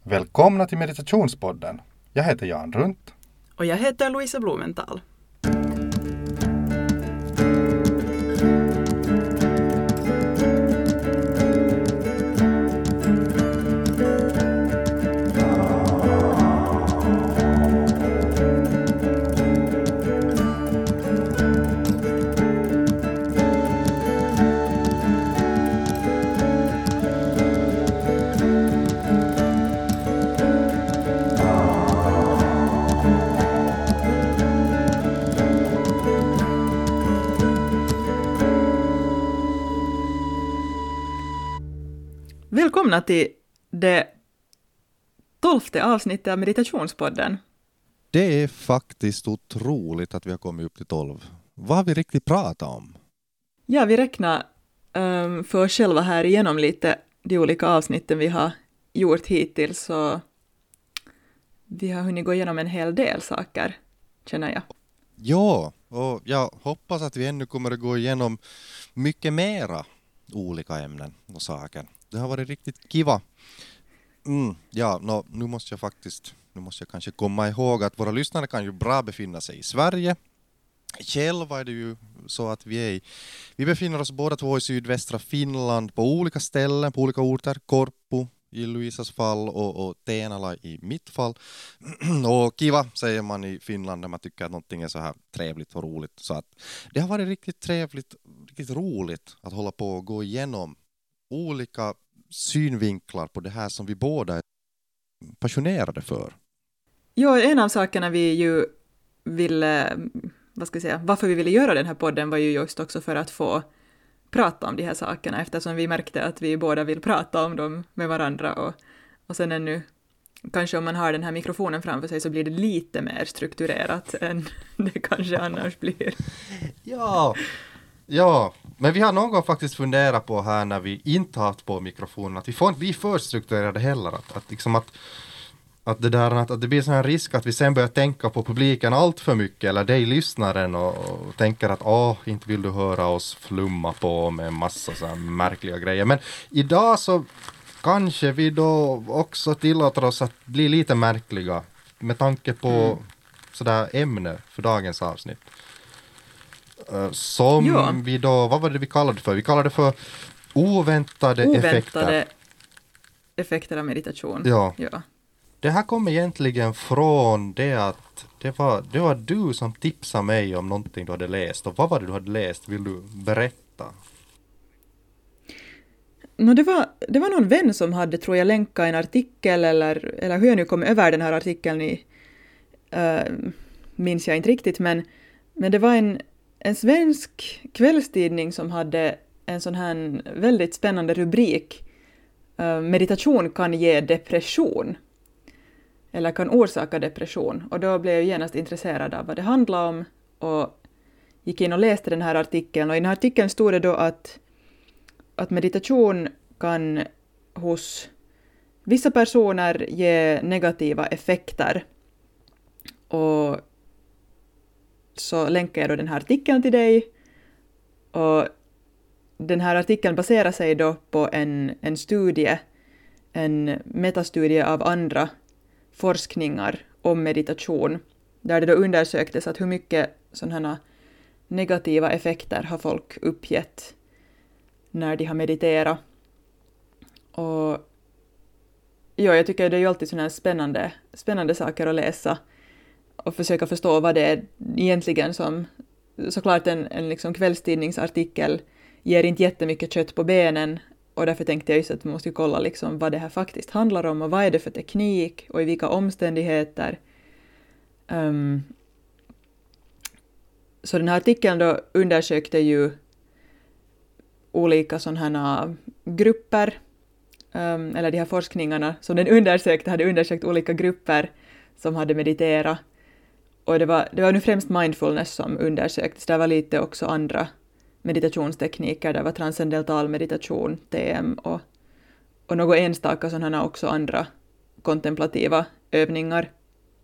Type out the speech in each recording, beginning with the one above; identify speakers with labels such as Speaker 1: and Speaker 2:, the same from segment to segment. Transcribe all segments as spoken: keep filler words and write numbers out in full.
Speaker 1: Välkomna till Meditationspodden. Jag heter Jan Runt.
Speaker 2: Och jag heter Louisa Blumenthal. Välkomna till det tolfte avsnittet av Meditationspodden.
Speaker 3: Det är faktiskt otroligt att vi har kommit upp till tolv. Vad har vi riktigt pratat om?
Speaker 2: Ja, vi räknar um, för oss själva här igenom lite de olika avsnitten vi har gjort hittills. Så vi har hunnit gå igenom en hel del saker, känner jag.
Speaker 3: Ja, och jag hoppas att vi ännu kommer att gå igenom mycket mera olika ämnen och saker. Det har varit riktigt kiva. Mm, ja, no, nu måste jag faktiskt, nu måste jag kanske komma ihåg att våra lyssnare kan ju bra befinna sig i Sverige. Själva är det ju så att vi är i, vi befinner oss båda två i sydvästra Finland på olika ställen, på olika orter. Korpo i Louisas fall och, och Tenala i mitt fall. Och kiva säger man i Finland när man tycker att någonting är så här trevligt och roligt. Så att det har varit riktigt trevligt, riktigt roligt att hålla på och gå igenom olika synvinklar på det här som vi båda är passionerade för.
Speaker 2: Ja, en av sakerna vi ju ville, vad ska jag säga, varför vi ville göra den här podden var ju just också för att få prata om de här sakerna, eftersom vi märkte att vi båda vill prata om dem med varandra. Och, och sen ännu, kanske om man har den här mikrofonen framför sig så blir det lite mer strukturerat än det kanske annars blir.
Speaker 3: Ja, ja. Men vi har någon gång faktiskt funderat på här när vi inte har haft på mikrofonen att vi får inte bli för strukturerade heller. Att, att, liksom att, att, det där, att, att det blir sån här risk att vi sen börjar tänka på publiken allt för mycket eller dig lyssnaren och, och tänker att åh, inte vill du höra oss flumma på med en massa så här märkliga grejer. Men idag så kanske vi då också tillåter oss att bli lite märkliga med tanke på mm. sådär ämne för dagens avsnitt. Som ja. vi då, vad var det vi kallade det för? Vi kallade det för oväntade, oväntade effekter.
Speaker 2: effekter av meditation.
Speaker 3: Ja.
Speaker 2: ja.
Speaker 3: Det här kom egentligen från det att det var, det var du som tipsade mig om någonting du hade läst. Och vad var det du hade läst? Vill du berätta?
Speaker 2: No, det, var, det var någon vän som hade, tror jag, länkat en artikel eller, eller hur jag nu kom över den här artikeln i, uh, minns jag inte riktigt, men, men det var en En svensk kvällstidning som hade en sån här väldigt spännande rubrik. Meditation kan ge depression. Eller kan orsaka depression. Och då blev jag genast intresserad av vad det handlar om. Och gick in och läste den här artikeln. Och i den här artikeln stod det då att, att meditation kan hos vissa personer ge negativa effekter. Och så länkar jag då den här artikeln till dig. Och den här artikeln baserar sig då på en, en studie, en metastudie av andra forskningar om meditation. Där det då undersöktes att hur mycket sådana negativa effekter har folk uppgett när de har mediterat. Och ja, jag tycker det är ju alltid sådana här spännande, spännande saker att läsa. Och försöka förstå vad det är egentligen som, såklart en, en liksom kvällstidningsartikel ger inte jättemycket kött på benen. Och därför tänkte jag just att man måste kolla liksom vad det här faktiskt handlar om och vad är det för teknik och i vilka omständigheter. Um, så den här artikeln då undersökte ju olika sådana grupper, um, eller de här forskningarna som den undersökte hade undersökt olika grupper som hade mediterat. Och det var, det var nu främst mindfulness som undersöktes. Det var lite också andra meditationstekniker. Det var transcendental meditation, T M och, och något enstaka sådana också andra kontemplativa övningar.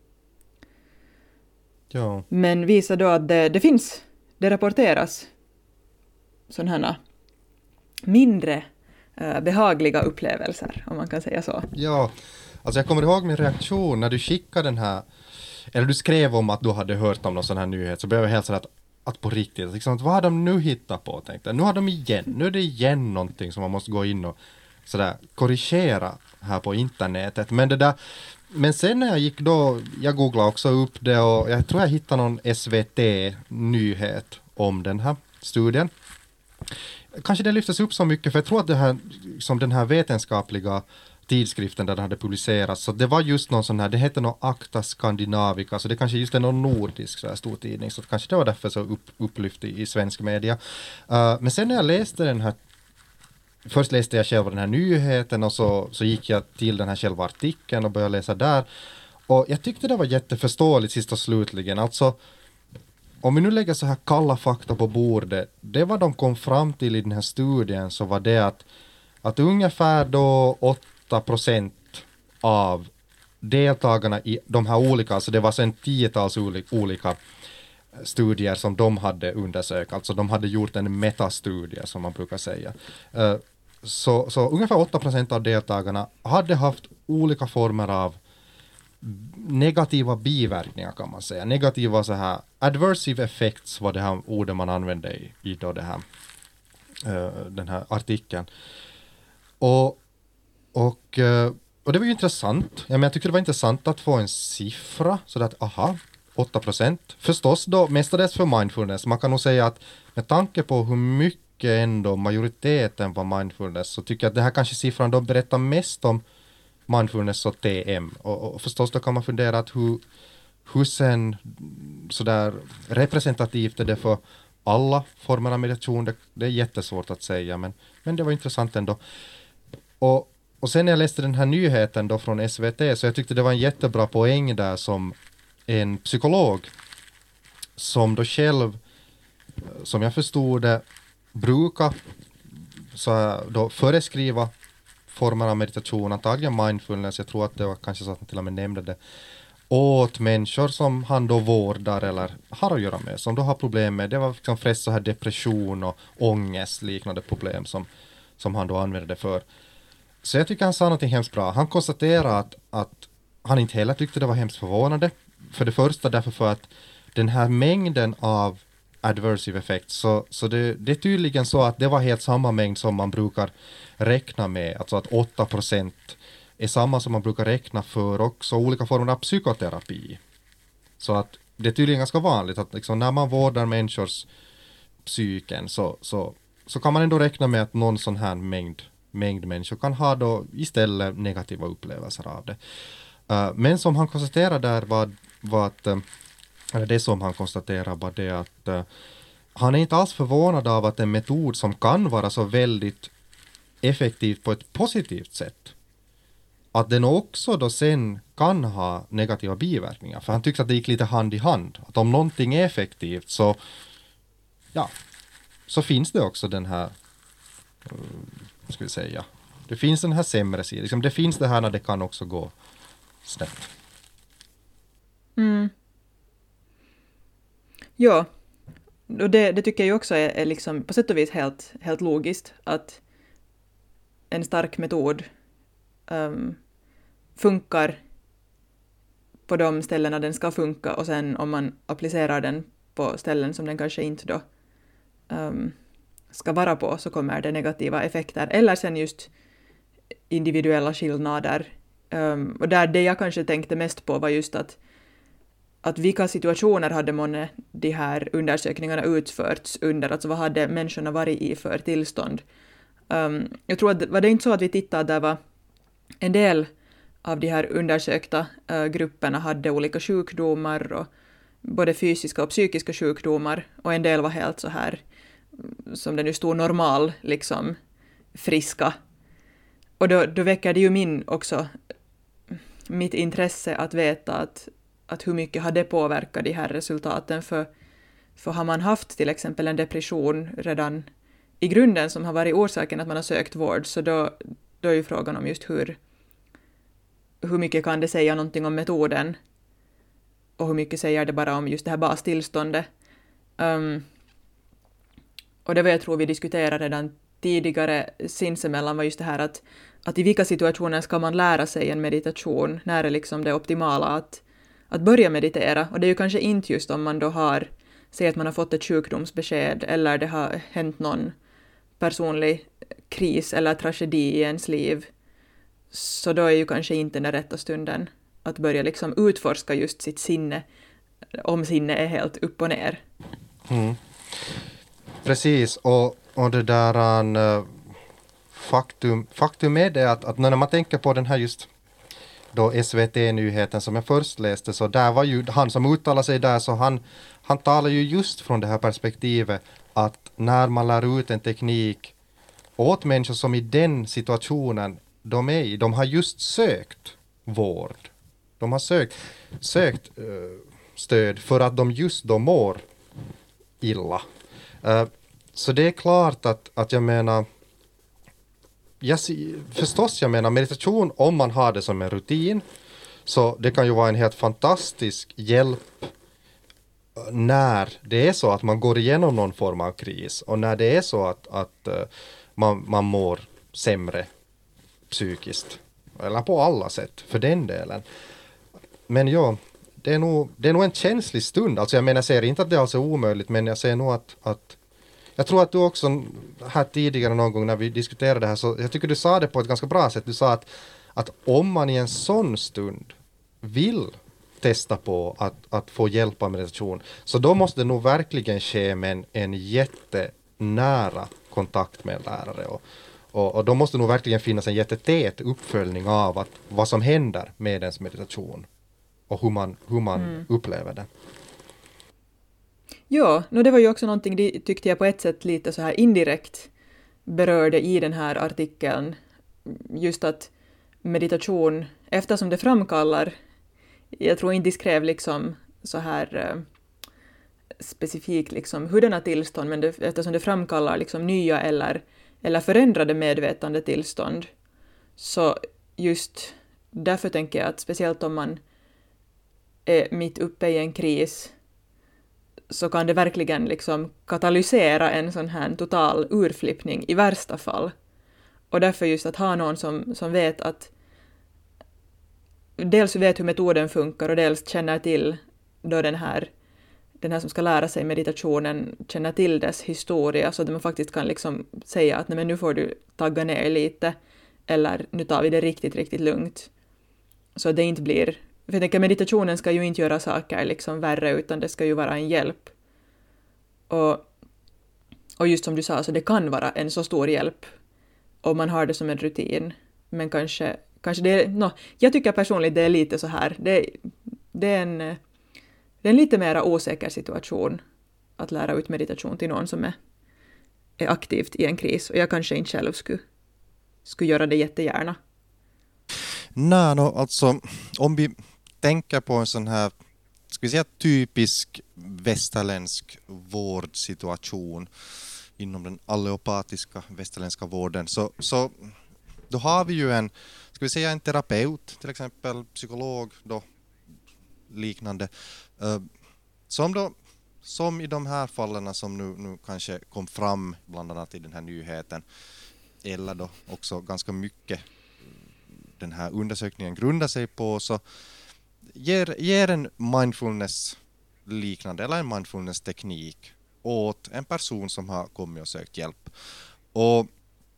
Speaker 3: Ja.
Speaker 2: Men visar då att det, det finns, det rapporteras sådana mindre eh, behagliga upplevelser, om man kan säga så.
Speaker 3: Ja, Alltså jag kommer ihåg min reaktion när du skickade den här, eller du skrev om att du hade hört om någon sån här nyhet, så blev jag helt så att, att på riktigt, liksom, att vad har de nu hittat på, tänkte jag. Nu har de igen, nu är det igen någonting som man måste gå in och sådär korrigera här på internetet. Men det där, men sen när jag gick då, jag googlade också upp det och jag tror jag hittade någon S V T-nyhet om den här studien. Kanske det lyftes upp så mycket, för jag tror att det här, som den här vetenskapliga tidskriften där det hade publicerats, så det var just någon sån här, det heter någon Acta Scandinavica, så det kanske just är någon nordisk så här stor tidning, så kanske det var därför så upp, upplyft i, i svensk media. Uh, men sen när jag läste den här, först läste jag själva den här nyheten och så, så gick jag till den här själva artikeln och började läsa där, och jag tyckte det var jätteförståeligt sist och slutligen. Alltså, om vi nu lägger så här kalla fakta på bordet, det vad de kom fram till i den här studien, så var det att, att ungefär då åtta procent av deltagarna i de här olika, alltså det var sen tiotals olika, olika studier som de hade undersökt, alltså de hade gjort en metastudie som man brukar säga. Så, så ungefär åtta procent av deltagarna hade haft olika former av negativa biverkningar, kan man säga. Negativa så här adversive effects var det här ordet man använde i, i då det här, uh, den här artikeln. Och, och, uh, och det var ju intressant. Ja, men jag tycker det var intressant att få en siffra, så att aha, åtta procent. Förstås då mestadels för mindfulness. Man kan nog säga att med tanke på hur mycket ändå majoriteten var mindfulness, så tycker jag att det här kanske siffran då berättar mest om mindfulness och T M. Och, och förstås då kan man fundera att hur, hur sen sådär representativt är det för alla former av meditation. Det, det är jättesvårt att säga, men, men det var intressant ändå. Och, och sen när jag läste den här nyheten då från S V T, så jag tyckte det var en jättebra poäng där som en psykolog som då själv, som jag förstod det, brukar så då föreskriva former av meditation, antagligen mindfulness, jag tror att det var kanske så att han till och med nämnde det, åt människor som han då vårdar eller har att göra med, som då har problem med, det var liksom flest så här depression och ångest, liknande problem som, som han då använde det för. Så jag tycker han sa någonting hemskt bra. Han konstaterade att, att han inte heller tyckte det var hemskt förvånande. För det första därför för att den här mängden av adversive effects, så, så det, det är tydligen så att det var helt samma mängd som man brukar räkna med, alltså att åtta procent är samma som man brukar räkna för också olika former av psykoterapi. Så att det är tydligen ganska vanligt att liksom när man vårdar människors psyken, så, så, så kan man ändå räkna med att någon sån här mängd, mängd människor kan ha då istället negativa upplevelser av det. Uh, men som han konstaterade där var, var att uh, eller det som han konstaterar var det att uh, han är inte alls förvånad av att en metod som kan vara så väldigt effektivt på ett positivt sätt, att den också då sen kan ha negativa biverkningar. För han tyckte att det gick lite hand i hand. Att om någonting är effektivt, så ja, så finns det också den här, uh, ska vi säga, det finns den här sämre sidan. Liksom det finns det här när det kan också gå snett.
Speaker 2: Mm. Ja, och det, det tycker jag också är, är liksom på sätt och vis helt, helt logiskt, att en stark metod um, funkar på de ställena den ska funka, och sen om man applicerar den på ställen som den kanske inte då um, ska vara på, så kommer det negativa effekter, eller sen just individuella skillnader. Um, och där det jag kanske tänkte mest på var just att att vilka situationer hade månne de här undersökningarna utförts under, alltså vad hade människorna varit i för tillstånd. Um, jag tror att var det inte så att vi tittade, där var en del av de här undersökta uh, grupperna hade olika sjukdomar, och både fysiska och psykiska sjukdomar, och en del var helt så här, som det nu stod, normal, liksom friska. Och då, då väcker det ju min också, mitt intresse att veta att att hur mycket har det påverkat de här resultaten, för, för har man haft till exempel en depression redan i grunden som har varit orsaken att man har sökt vård, så då, då är ju frågan om just hur, hur mycket kan det säga någonting om metoden, och hur mycket säger det bara om just det här bastillståndet. Um, och det var jag tror vi diskuterade redan tidigare sinsemellan, var just det här att, att i vilka situationer ska man lära sig en meditation, när är liksom det optimala att, att börja meditera. Och det är ju kanske inte just om man då har, säg att man har fått ett sjukdomsbesked eller det har hänt någon personlig kris eller tragedi i ens liv, så då är ju kanske inte den rätta stunden att börja liksom utforska just sitt sinne, om sinne är helt upp och ner.
Speaker 3: Mm. Precis, och, och det där uh, faktum, faktum är det att, att när man tänker på den här just då S V T-nyheten som jag först läste, så där var ju han som uttalade sig där, så han, han talar ju just från det här perspektivet att när man lär ut en teknik åt människor som i den situationen de är i, de har just sökt vård. De har sökt, sökt uh, stöd för att de just då mår illa. Uh, så det är klart att, att jag menar, jag, förstås jag menar meditation, om man har det som en rutin, så det kan ju vara en helt fantastisk hjälp när det är så att man går igenom någon form av kris och när det är så att, att uh, man, man mår sämre psykiskt, eller på alla sätt för den delen. Men ja, det är nog, det är nog en känslig stund. Alltså jag menar, jag säger inte att det är alltså omöjligt, men jag säger nog att, att jag tror att du också här tidigare någon gång när vi diskuterade det här, så jag tycker du sa det på ett ganska bra sätt. Du sa att, att om man i en sån stund vill testa på att, att få hjälp av meditation, så då måste det nog verkligen ske med en, en jättenära kontakt med en lärare. Och, och, och då måste nog verkligen finnas en jättetät uppföljning av att, vad som händer med ens meditation och hur man, hur man mm. upplever det.
Speaker 2: Ja, no det var ju också någonting de tyckte jag på ett sätt lite så här indirekt berörde i den här artikeln. Just att meditation, eftersom det framkallar, jag tror inte de skrev liksom så här eh, specifikt liksom hurdana tillstånd, men det, eftersom det framkallar liksom nya eller, eller förändrade medvetande tillstånd, så just därför tänker jag att speciellt om man är mitt uppe i en kris, så kan det verkligen liksom katalysera en sån här total urflippning i värsta fall. Och därför just att ha någon som, som vet att dels vet hur metoden funkar och dels känner till då den här, den här som ska lära sig meditationen känner till dess historia, så att man faktiskt kan liksom säga att nej, men nu får du tagga ner lite, eller nu tar vi det riktigt, riktigt lugnt. Så det inte blir, för jag tänker meditationen ska ju inte göra saker liksom värre, utan det ska ju vara en hjälp. Och, och just som du sa, så det kan vara en så stor hjälp om man har det som en rutin. Men kanske, kanske det är, no, jag tycker personligen det är lite så här, det, det, är en, det är en lite mer osäker situation att lära ut meditation till någon som är, är aktivt i en kris. Och jag kanske inte själv skulle, skulle göra det jättegärna.
Speaker 3: Nej, no, alltså om vi tänker på en sån här, ska vi säga typisk västerländsk vårdsituation inom den allopatiska västerländska vården, så, så då har vi ju en, ska vi säga en terapeut, till exempel psykolog då, liknande, uh, som då, som i de här fallen som nu, nu kanske kom fram bland annat i den här nyheten, eller då också ganska mycket den här undersökningen grundar sig på, så ger, ger en mindfulness liknande eller en mindfulness teknik åt en person som har kommit och sökt hjälp. Och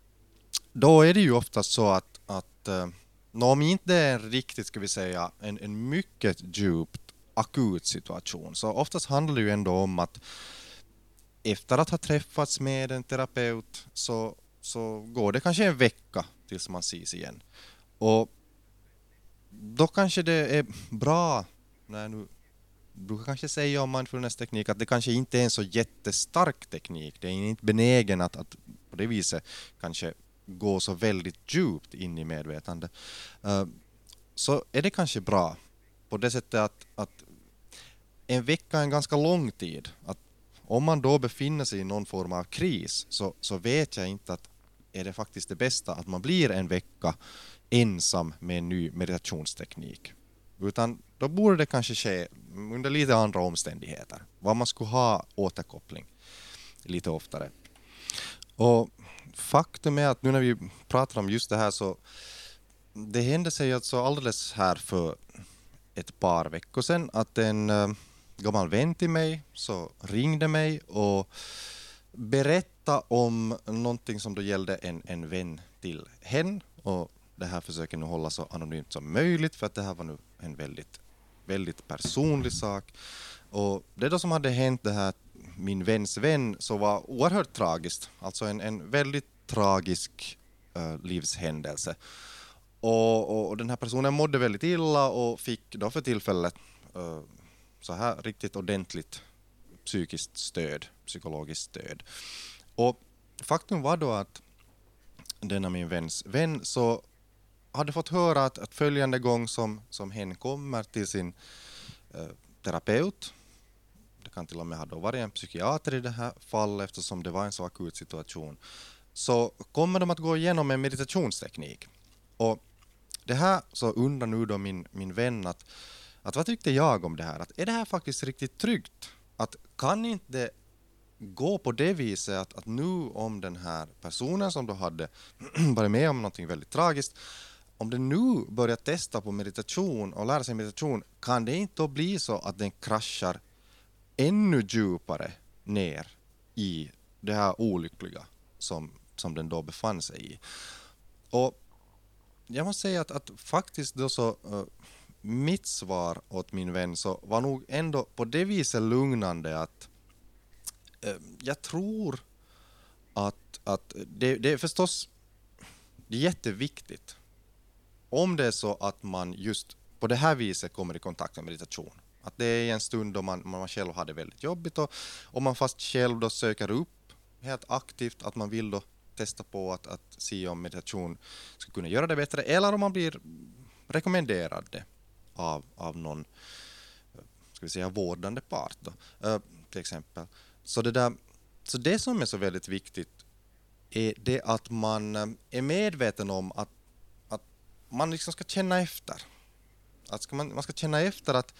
Speaker 3: då är det ju ofta så att, att om inte är en riktigt, ska vi säga, en, en mycket djupt akut situation, så oftast handlar det ju ändå om att efter att ha träffats med en terapeut så, så går det kanske en vecka tills man ses igen. Och då kanske det är bra, när nu brukar kanske säga om mindfulness-teknik att det kanske inte är en så jättestark teknik. Det är inte benägen att, att på det viset kanske gå så väldigt djupt in i medvetande. Uh, så är det kanske bra på det sättet att, att en vecka är en ganska lång tid. Att om man då befinner sig i någon form av kris, så, så vet jag inte att är det faktiskt det bästa att man blir en vecka ensam med en ny meditationsteknik. Utan då borde det kanske ske under lite andra omständigheter. Vad man skulle ha återkoppling lite oftare. Och faktum är att nu när vi pratar om just det här så det hände sig alltså alldeles här för ett par veckor sedan att en äh, gammal vän till mig så ringde mig och berättade om någonting som då gällde en, en vän till hen, och det här försöker nu hålla så anonymt som möjligt för att det här var nu en väldigt, väldigt personlig sak. Och det då som hade hänt det här min väns vän så var oerhört tragiskt, alltså en, en väldigt tragisk äh, livshändelse. Och, och, och den här personen mådde väldigt illa och fick då för tillfället uh, så här riktigt ordentligt psykiskt stöd, psykologiskt stöd. Och faktum var då att denna min väns vän så hade fått höra att, att följande gång som, som hen kommer till sin uh, terapeut, det kan till och med ha då varit en psykiater i det här fallet eftersom det var en så akut situation, så kommer de att gå igenom en meditationsteknik. Och det här så undrar nu då min, min vän att, att vad tyckte jag om det här? Att är det här faktiskt riktigt tryggt? Att kan inte gå på det viset att, att nu om den här personen som då hade varit med om någonting väldigt tragiskt, om det nu börjar testa på meditation och lära sig meditation, kan det inte då bli så att den kraschar ännu djupare ner i det här olyckliga som, som den då befann sig i? Och jag måste säga att, att faktiskt då så uh, mitt svar åt min vän så var nog ändå på det viset lugnande att uh, jag tror att, att det, det är förstås det är jätteviktigt om det är så att man just på det här viset kommer i kontakt med meditation. Att det är en stund då man, man själv har det väldigt jobbigt och om man fast själv då söker upp helt aktivt att man vill då testa på att, att se om meditation ska kunna göra det bättre, eller om man blir rekommenderad det av, av någon ska vi säga vårdande part då, uh, till exempel. Så det, där, så det som är så väldigt viktigt är det att man är medveten om att, att man liksom ska känna efter. Att ska man, man ska känna efter att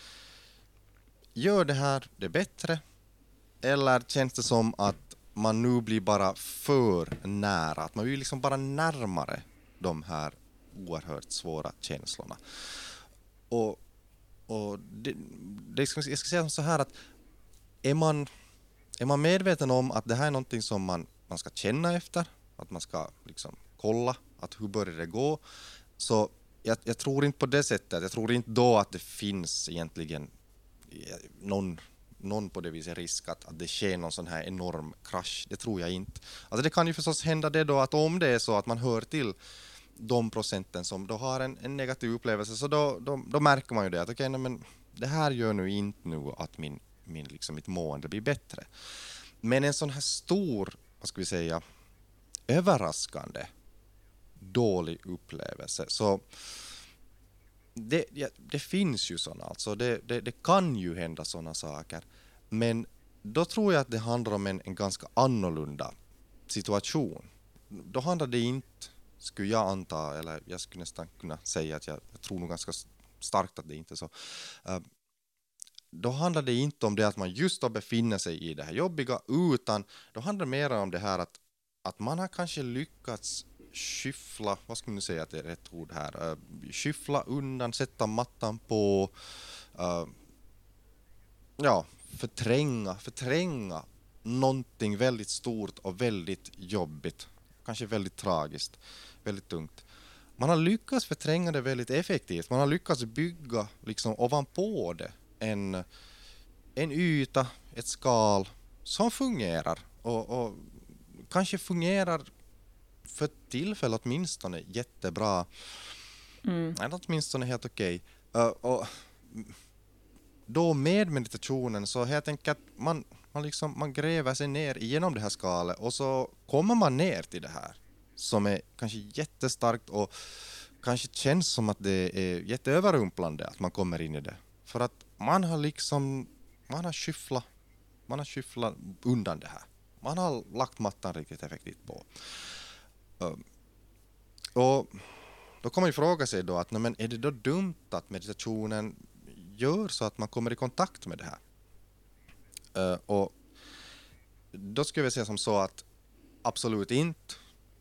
Speaker 3: gör det här det bättre, eller känns det som att man nu blir bara för nära, att man blir liksom bara närmare de här oerhört svåra känslorna. Och, och det, det ska, jag ska säga så här att är man, är man medveten om att det här är någonting som man, man ska känna efter, att man ska liksom kolla att hur börjar det gå, så jag, jag tror inte på det sättet, jag tror inte då att det finns egentligen någon någon på det viset risk att, att det sker någon sån här enorm krasch. Det tror jag inte. Alltså det kan ju förstås hända det då att om det är så att man hör till de procenten som då har en, en negativ upplevelse, så då, då, då märker man ju det att okej, okay, men det här gör nu inte nu att min, min, liksom, mitt mående blir bättre. Men en sån här stor, vad ska vi säga, överraskande dålig upplevelse, så Det, ja, det finns ju sådana, alltså det, det, det kan ju hända sådana saker, men då tror jag att det handlar om en, en ganska annorlunda situation. Då handlar det inte, skulle jag anta, eller jag skulle nästan kunna säga att jag, jag tror nog ganska starkt att det inte är så. Uh, då handlar det inte om det att man just då befinner sig i det här jobbiga, utan då handlar det mer om det här att, att man har kanske lyckats skyffla, vad ska man säga att det är rätt ord här, uh, skyffla undan, sätta mattan på, uh, ja, förtränga, förtränga någonting väldigt stort och väldigt jobbigt, kanske väldigt tragiskt, väldigt tungt. Man har lyckats förtränga det väldigt effektivt, man har lyckats bygga liksom ovanpå det en, en yta, ett skal som fungerar och, och kanske fungerar för tillfället åtminstone jättebra. Mm. Eller åtminstone helt okej. Okay. Uh, och då med meditationen så helt enkelt man, man, liksom, man gräver sig ner igenom det här skalet och så kommer man ner till det här som är kanske jättestarkt och kanske känns som att det är jätteöverrumplande att man kommer in i det. För att man har liksom man har skyfflat man har skyfflat undan det här. Man har lagt mattan riktigt effektivt på. Uh, och då kommer man ju fråga sig då att nej, men är det då dumt att meditationen gör så att man kommer i kontakt med det här? Uh, och då skulle jag säga som så att absolut inte.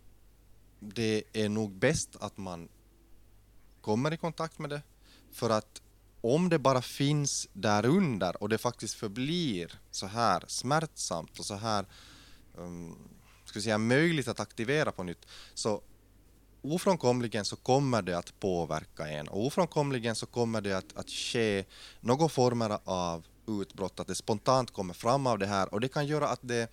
Speaker 3: Det är nog bäst att man kommer i kontakt med det. För att om det bara finns där under och det faktiskt förblir så här smärtsamt och så här um, ska jag säga, möjligt att aktivera på nytt, så ofrånkomligen så kommer det att påverka en. Och ofrånkomligen så kommer det att, att ske någon former av utbrott, att det spontant kommer fram av det här. Och det kan göra att det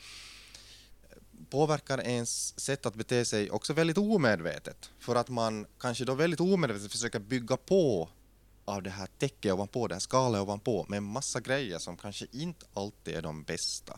Speaker 3: påverkar ens sätt att bete sig också väldigt omedvetet. För att man kanske då väldigt omedvetet försöker bygga på av det här täcket ovanpå, det här skalet ovanpå, med en massa grejer som kanske inte alltid är de bästa.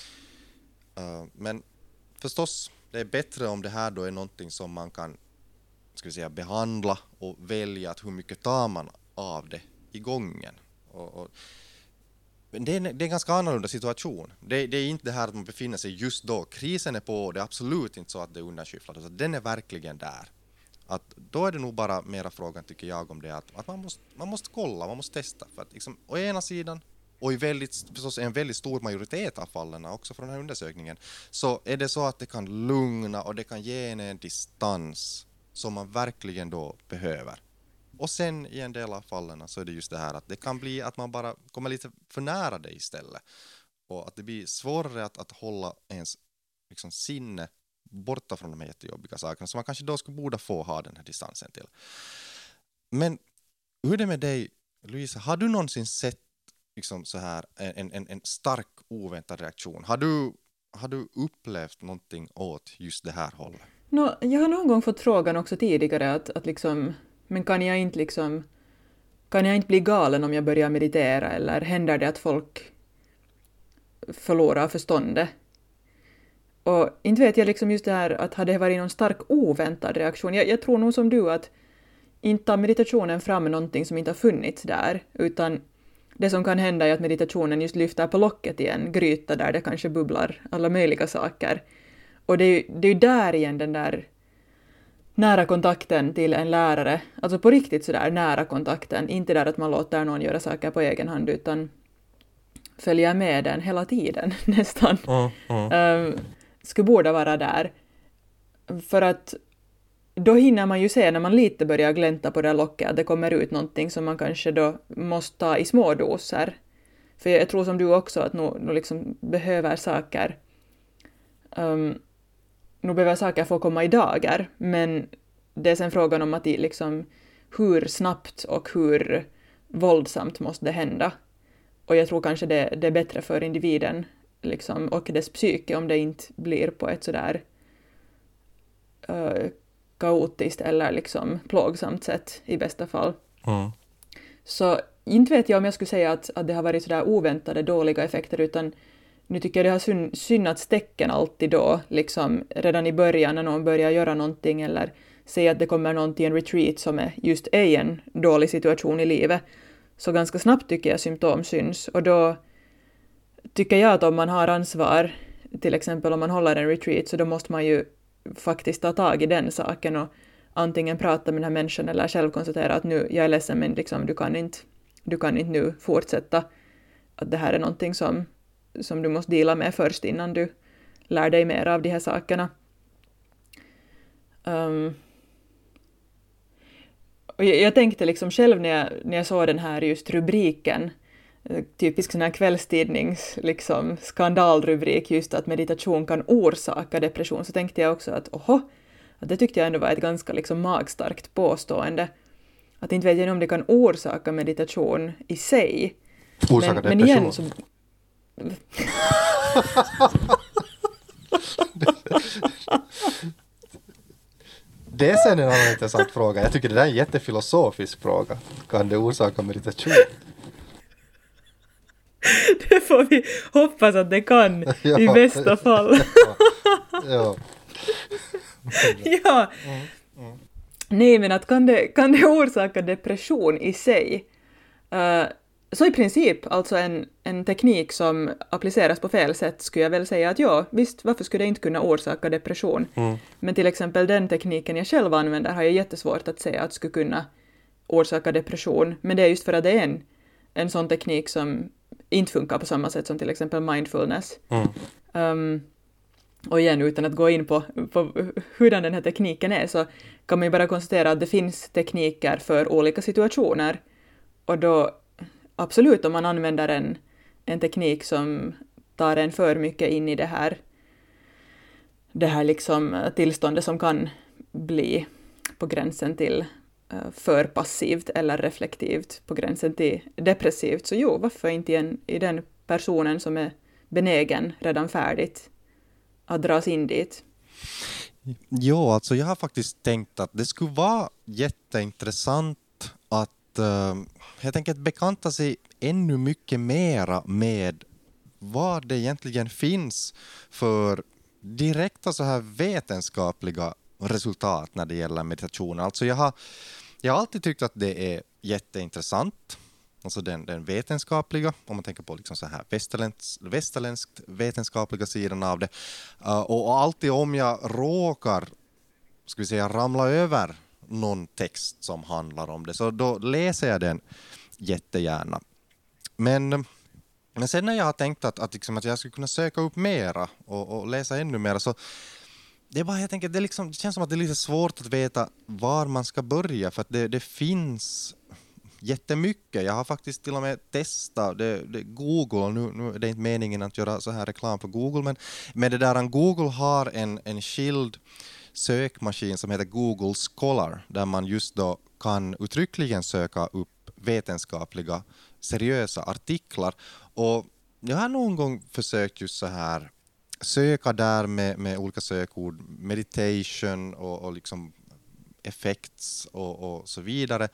Speaker 3: Uh, men förstås, det är bättre om det här då är någonting som man kan, ska vi säga, behandla och välja att hur mycket tar man av det i gången. Och, och, men det är, det är en ganska annorlunda situation. Det, det är inte det här att man befinner sig just då. Krisen är på och det är absolut inte så att det är undanskyfflat. Alltså, den är verkligen där. Att då är det nog bara mera frågan, tycker jag, om det att, att man, måste, man måste kolla, man måste testa. För att liksom, å ena sidan, och i väldigt, förstås en väldigt stor majoritet av fallen också från den här undersökningen, så är det så att det kan lugna och det kan ge en en distans som man verkligen då behöver. Och sen i en del av fallen så är det just det här att det kan bli att man bara kommer lite för nära det istället. Och att det blir svårare att, att hålla ens liksom, sinne borta från de här jättejobbiga sakerna som man kanske då skulle borde få ha den här distansen till. Men hur är det med dig, Louisa? Har du någonsin sett liksom så här en, en, en stark oväntad reaktion? Har du, har du upplevt någonting åt just det här hållet?
Speaker 2: No, jag har någon gång fått frågan också tidigare att, att liksom, men kan jag inte liksom, kan jag inte bli galen om jag börjar meditera, eller händer det att folk förlorar förståndet? Och inte vet jag liksom just det här att hade det varit någon stark oväntad reaktion. Jag, jag tror nog som du att inte tar meditationen fram någonting som inte har funnits där, utan det som kan hända är att meditationen just lyfter på locket i en gryta där det kanske bubblar alla möjliga saker. Och det är ju, det är ju där igen den där nära kontakten till en lärare, alltså på riktigt sådär nära kontakten, inte där att man låter någon göra saker på egen hand, utan följer med den hela tiden nästan. Mm, mm. Um, skulle borde vara där. För att då hinner man ju se när man lite börjar glänta på det locket att det kommer ut någonting som man kanske då måste ta i små doser. För jag tror som du också att nu, nu liksom behöver saker um, nu behöver saker få komma i dagar, men det är sen frågan om att liksom hur snabbt och hur våldsamt måste det hända. Och jag tror kanske det, det är bättre för individen liksom, och dess psyke om det inte blir på ett sådär uh, kaotiskt eller liksom plågsamt sätt i bästa fall. Mm. Så inte vet jag om jag skulle säga att, att det har varit sådär oväntade dåliga effekter, utan nu tycker jag det har syn- synnats tecken alltid då, liksom redan i början när någon börjar göra någonting eller säger att det kommer någon till en retreat som är just är en dålig situation i livet. Så ganska snabbt tycker jag symptom syns, och då tycker jag att om man har ansvar, till exempel om man håller en retreat, så då måste man ju faktiskt ta tag i den saken och antingen prata med den här människan eller själv konstatera att nu, jag är ledsen men liksom, du kan inte, du kan inte nu fortsätta, att det här är någonting som, som du måste dela med först innan du lär dig mer av de här sakerna. Um, och jag, jag tänkte liksom själv när jag, när jag såg den här just rubriken, typisk sån här kvällstidnings liksom skandalrubrik, just att meditation kan orsaka depression, så tänkte jag också att oho, att det tyckte jag ändå var ett ganska liksom magstarkt påstående. Att inte vet jag om det kan orsaka meditation i sig.
Speaker 3: Orsaka men, men igen så... Det är sen en annan intressant fråga. Jag tycker det där är en jättefilosofisk fråga. Kan det orsaka meditation?
Speaker 2: Det får vi hoppas att det kan, ja, i bästa fall.
Speaker 3: Ja.
Speaker 2: Ja.
Speaker 3: Mm, mm.
Speaker 2: Nej, men att kan det, kan det orsaka depression i sig? Uh, så i princip, alltså en, en teknik som appliceras på fel sätt, skulle jag väl säga att ja, visst, varför skulle det inte kunna orsaka depression? Mm. Men till exempel den tekniken jag själv använder har jag jättesvårt att säga att skulle kunna orsaka depression. Men det är just för att det är en, en sån teknik som inte funkar på samma sätt som till exempel mindfulness. Mm. Um, Och igen, utan att gå in på, på hur den här tekniken är, så kan man ju bara konstatera att det finns tekniker för olika situationer. Och då, absolut, om man använder en, en teknik som tar en för mycket in i det här, det här liksom tillståndet som kan bli på gränsen till för passivt eller reflektivt, på gränsen till depressivt, så jo, varför inte i, en, i den personen som är benägen redan färdigt att dras in dit?
Speaker 3: Jo, alltså jag har faktiskt tänkt att det skulle vara jätteintressant att uh, helt enkelt bekanta sig ännu mycket mera med vad det egentligen finns för direkta så här vetenskapliga resultat när det gäller meditation. Alltså jag har, jag har alltid tyckt att det är jätteintressant. Alltså den, den vetenskapliga, om man tänker på liksom så här västerländsk, västerländskt vetenskapliga sidan av det. Uh, och, och alltid om jag råkar, ska vi säga, ramla över någon text som handlar om det, så då läser jag den jättegärna. Men, men sen när jag har tänkt att, att, liksom, att jag skulle kunna söka upp mera och, och läsa ännu mera, så det är bara helt enkelt, det, liksom, det känns som att det är lite svårt att veta var man ska börja, för att det, det finns jättemycket. Jag har faktiskt till och med testat det, det Google, nu, nu är det inte meningen att göra så här reklam för Google, men med det där, Google har en, en skild sökmaskin som heter Google Scholar, där man just då kan uttryckligen söka upp vetenskapliga seriösa artiklar. Och jag har någon gång försökt just så här söka där med, med olika sökord, meditation och, och liksom effects och, och så vidare.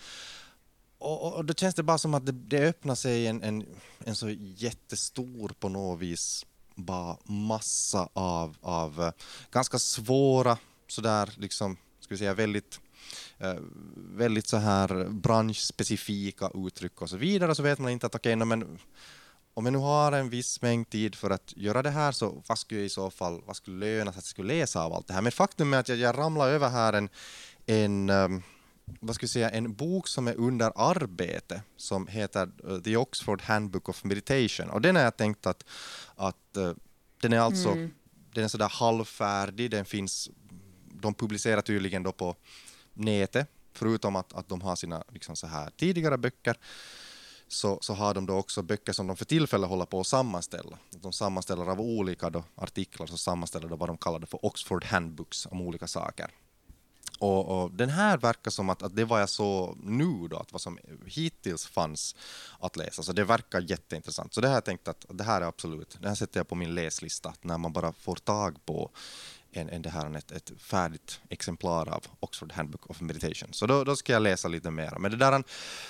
Speaker 3: Och, och då känns det bara som att det, det öppnar sig en, en, en så jättestor på något vis bara massa av, av uh, ganska svåra sådär liksom, ska vi säga, väldigt uh, väldigt så här branschspecifika uttryck och så vidare, så vet man inte att okej, okay, men om jag nu har en viss mängd tid för att göra det här, så vad skulle jag i så fall, vad skulle löna sig att jag skulle läsa av allt det här? Men faktum är att jag, jag ramlar över här en, en um, vad ska jag säga, en bok som är under arbete som heter uh, The Oxford Handbook of Meditation, och den har jag tänkt att, att uh, den är alltså mm. den är sådär halvfärdig, den finns, de publicerar tydligen då på nätet, förutom att, att de har sina liksom så här tidigare böcker, så, så har de då också böcker som de för tillfället håller på att sammanställa. De sammanställer av olika då artiklar, så sammanställer de vad de kallar det för Oxford Handbooks om olika saker. Och, och den här verkar som att, att det var jag så nu då, att vad som hittills fanns att läsa. Så det verkar jätteintressant. Så det här har jag tänkt att det här är absolut, det här sätter jag på min läslista, när man bara får tag på en, en, det här, ett, ett färdigt exemplar av Oxford Handbook of Meditation. Så då, då ska jag läsa lite mer. Men det där,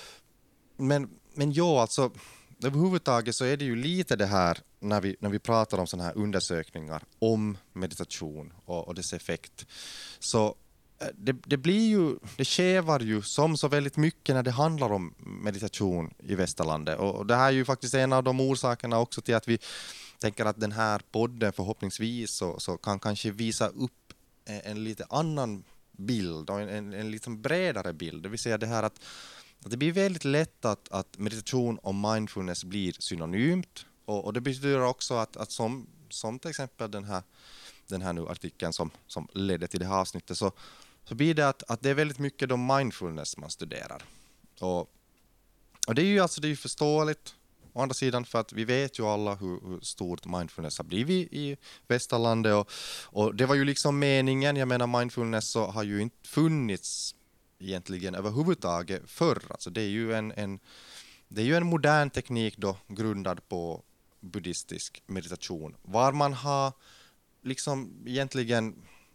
Speaker 3: men, men ja, alltså överhuvudtaget så är det ju lite det här när vi, när vi pratar om sådana här undersökningar om meditation och, och dess effekt. Så Det, det blir ju, det skevar ju som så väldigt mycket när det handlar om meditation i västerlandet, och, och det här är ju faktiskt en av de orsakerna också till att vi tänker att den här podden förhoppningsvis så, så kan kanske visa upp en, en lite annan bild och en, en, en lite bredare bild, det vill säga det här att, att det blir väldigt lätt att, att meditation och mindfulness blir synonymt, och, och det betyder också att, att som, som till exempel den här, den här nu artikeln som, som ledde till det här avsnittet, så så blir det att, att det är väldigt mycket då mindfulness man studerar. Och, och det är ju alltså det är ju förståeligt å andra sidan, för att vi vet ju alla hur, hur stort mindfulness har blivit i västerlandet, och, och det var ju liksom meningen. Jag menar, mindfulness så har ju inte funnits egentligen överhuvudtaget förr. Alltså det är ju en, en, det är ju en modern teknik då, grundad på buddhistisk meditation, var man har liksom egentligen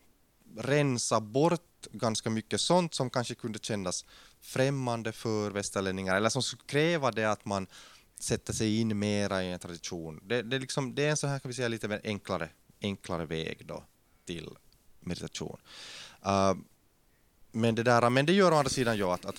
Speaker 3: rensa bort ganska mycket sånt som kanske kunde kännas främmande för västerlänningar, eller som skulle kräva det att man sätter sig in mera i en tradition. Det, det, liksom, det är en så här, kan vi säga, lite mer enklare, enklare väg då till meditation. Uh, men det där, men det gör å andra sidan jag att, att,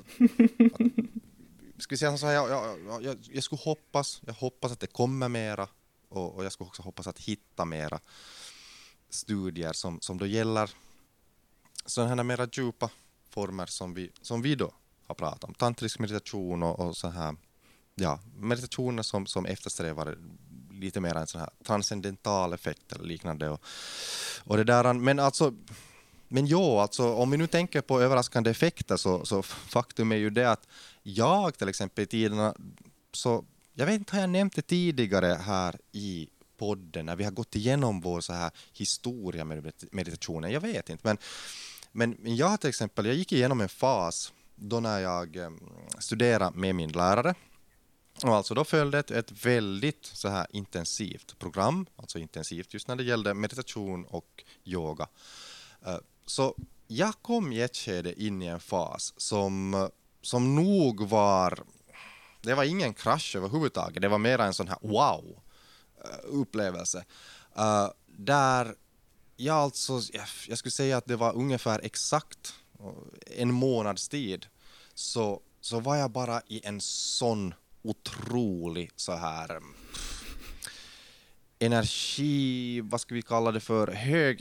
Speaker 3: att ska vi säga så här, jag, jag, jag, jag skulle hoppas, jag hoppas att det kommer mera, och, och jag skulle också hoppas att hitta mera studier som, som då gäller sådana här mera djupa former som vi, som vi då har pratat om. Tantrisk meditation och, och så här, ja, meditationer som, som eftersträvar lite mer en sån här transcendental effekt eller liknande. Och, och det där, men alltså, men jo, alltså om vi nu tänker på överraskande effekter så, så faktum är ju det att jag till exempel i tiderna, så jag vet inte, har jag nämnt det tidigare här i podden när vi har gått igenom vår så här historia med meditationen, jag vet inte, men, men jag till exempel, jag gick igenom en fas då när jag eh, studerade med min lärare. Och alltså då följde ett, ett väldigt så här intensivt program, alltså intensivt just när det gällde meditation och yoga. Uh, så jag kom i ett skede in i en fas som, som nog var, det var ingen krasch överhuvudtaget, det var mer en sån här wow upplevelse. Uh, där jag alltså, jag, jag skulle säga att det var ungefär exakt en månads tid, så, så var jag bara i en sån otrolig så här energi, vad ska vi kalla det för, hög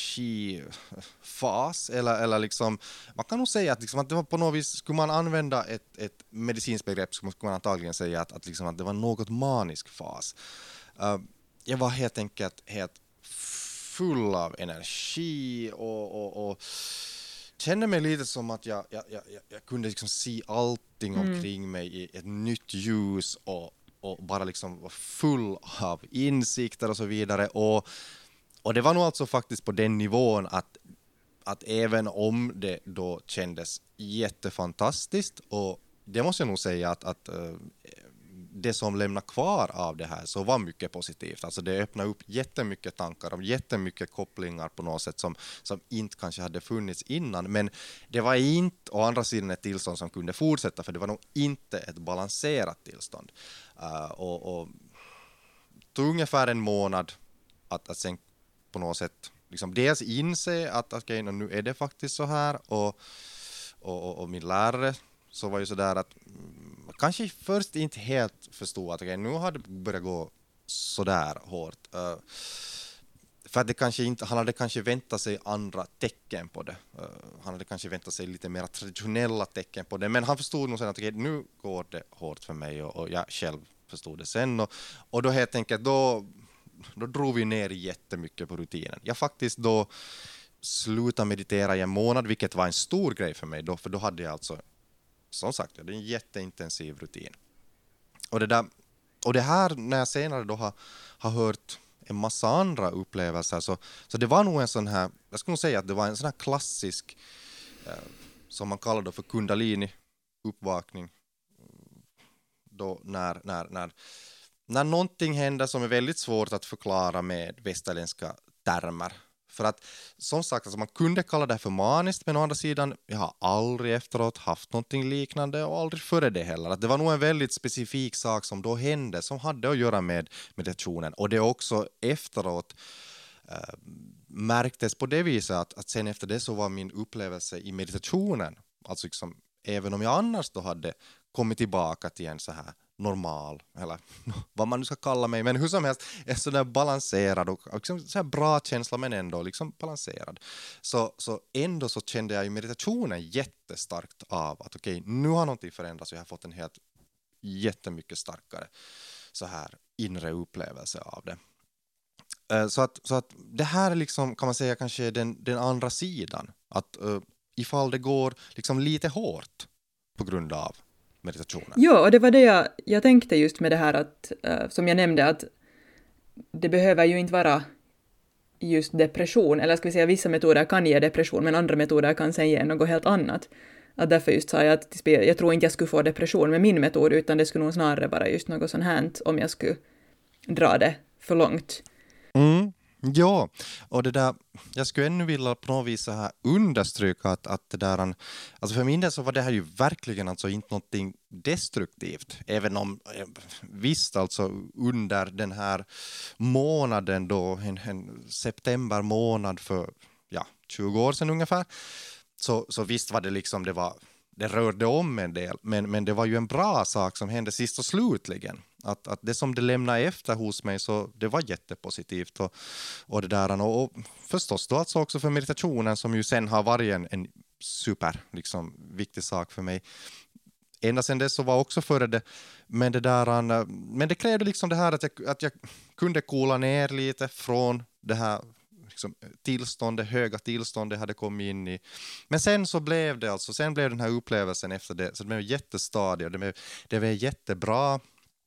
Speaker 3: energifas, eller, eller liksom, man kan nog säga att, liksom, att det var på något vis, skulle man använda ett, ett medicinskt begrepp skulle man antagligen säga att, att, liksom, att det var något manisk fas. Uh, jag var helt enkelt helt full av energi och, och, och kände mig lite som att jag, jag, jag, jag kunde liksom se allting mm. omkring mig i ett nytt ljus och, och bara liksom var full av insikter och så vidare. Och, och det var nog alltså faktiskt på den nivån att, att även om det då kändes jättefantastiskt, och det måste jag nog säga att, att uh, det som lämnar kvar av det här så var mycket positivt. Alltså det öppnar upp jättemycket tankar om jättemycket kopplingar på något sätt som, som inte kanske hade funnits innan. Men det var inte å andra sidan ett tillstånd som kunde fortsätta, för det var nog inte ett balanserat tillstånd. Uh, och, och tog ungefär en månad att, att sen på något sätt liksom dels inse att okay, nu är det faktiskt så här, och, och, och min lärare så var ju så där att kanske först inte helt förstod att okay, nu har det börjat gå så där hårt. Uh, för att det kanske inte, han hade kanske väntat sig andra tecken på det. Uh, han hade kanske väntat sig lite mer traditionella tecken på det. Men han förstod nog sen att okay, nu går det hårt för mig, och, och jag själv förstod det sen. Och, och då helt enkelt, då, då drog vi ner jättemycket på rutinen. Jag faktiskt då slutade meditera i en månad, vilket var en stor grej för mig då, för då hade jag alltså, som sagt, det är en jätteintensiv rutin. Och det, där, och det här, när jag senare då har, har hört en massa andra upplevelser, så, så det var nog en sån här, jag skulle nog säga att det var en sån här klassisk, eh, som man kallar då för kundalini, uppvakning. Då när, när, när, när någonting händer som är väldigt svårt att förklara med västerländska termer. För att, som sagt, alltså man kunde kalla det för maniskt, men å andra sidan, jag har aldrig efteråt haft någonting liknande och aldrig före det heller. Att det var nog en väldigt specifik sak som då hände, som hade att göra med meditationen. Och det också efteråt äh, märktes på det viset att, att sen efter det så var min upplevelse i meditationen, alltså liksom, även om jag annars då hade kommit tillbaka till en så här normal, eller vad man nu ska kalla mig, men hur som helst är sådär balanserad och liksom så här bra känsla, men ändå liksom balanserad. Så, så ändå så kände jag i meditationen jättestarkt av att okej, okay, nu har någonting förändrats och jag har fått en helt jättemycket starkare så här inre upplevelse av det. Så att, så att det här är liksom, kan man säga, kanske den, den andra sidan, att uh, ifall det går liksom lite hårt på grund av meditationen.
Speaker 2: Ja, och det var det jag, jag tänkte just med det här att, uh, som jag nämnde, att det behöver ju inte vara just depression, eller ska vi säga vissa metoder kan ge depression, men andra metoder kan sen ge något helt annat. Att därför just sa jag att jag tror inte jag skulle få depression med min metod, utan det skulle nog snarare vara just något sånt här om jag skulle dra det för långt.
Speaker 3: Mm. Ja, och det där, jag skulle ännu vilja på något vis så här understryka att, att det där, alltså för min del så var det här ju verkligen alltså inte någonting destruktivt, även om visst alltså under den här månaden då, en, en september månad för ja, tjugo år sedan ungefär, så, så visst var det liksom, det var, det rörde om en del, men, men det var ju en bra sak som hände sist och slutligen. Att, att det som det lämnade efter hos mig, så det var jättepositivt och, och det där, och, och förstås då alltså också för meditationen som ju sen har varit en, en super liksom, viktig sak för mig. ända sedan det så var också före det. Men det, där, men det krävde liksom det här att jag, att jag kunde coola ner lite från det här liksom, tillståndet, höga tillståndet jag hade kommit in i. Men sen så blev det alltså, sen blev den här upplevelsen efter det, så det blev jättestadig och det blev, det blev jättebra.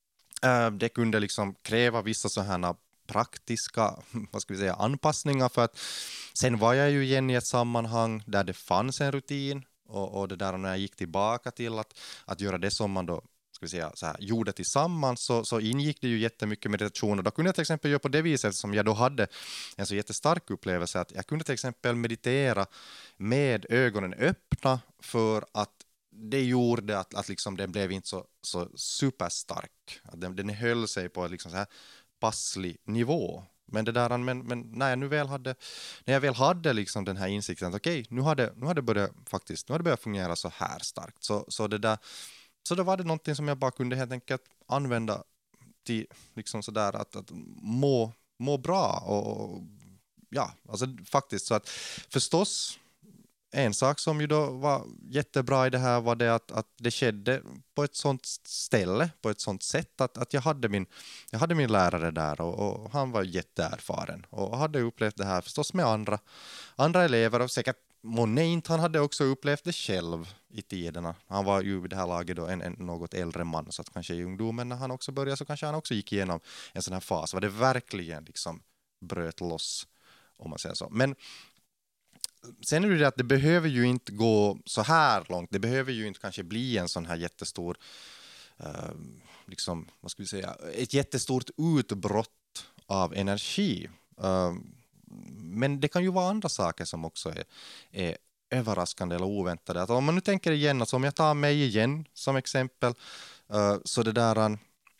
Speaker 3: Det kunde liksom kräva vissa sådana praktiska, vad ska vi säga, anpassningar, för att sen var jag ju igen i ett sammanhang där det fanns en rutin och, och det där när jag gick tillbaka till att, att göra det som man då ska vi säga, så här, gjorde tillsammans, så, så ingick det ju jättemycket meditation, och då kunde jag till exempel göra på det viset som jag då hade en så jättestark upplevelse att jag kunde till exempel meditera med ögonen öppna, för att det gjorde att, att liksom den blev inte så, så superstark, att den, den höll sig på liksom så här passlig nivå. Men det där, men, men när jag nu väl hade, när jag väl hade liksom den här insikten att okej, okay, nu hade nu hade börjat faktiskt, nu hade det börjat fungera så här starkt, så så det där, så då var det någonting som jag bara kunde helt enkelt använda till liksom så där att, att må må bra och ja, alltså faktiskt så att förstås en sak som ju då var jättebra i det här var det att, att det skedde på ett sånt ställe, på ett sånt sätt att, att jag, hade min, jag hade min lärare där och, och han var jätteerfaren och hade upplevt det här förstås med andra, andra elever, och säkert månne inte, han hade också upplevt det själv i tiderna. Han var ju i det här laget då en, en något äldre man, så att kanske i ungdomen när han också började så kanske han också gick igenom en sån här fas var det verkligen liksom bröt loss, om man säger så. Men sen är det att det behöver ju inte gå så här långt. Det behöver ju inte kanske bli en sån här jättestor, uh, liksom, vad ska vi säga, ett jättestort utbrott av energi. Uh, men det kan ju vara andra saker som också är, är överraskande eller oväntade. Att om man nu tänker igen, alltså om jag tar mig igen som exempel, uh, så det där,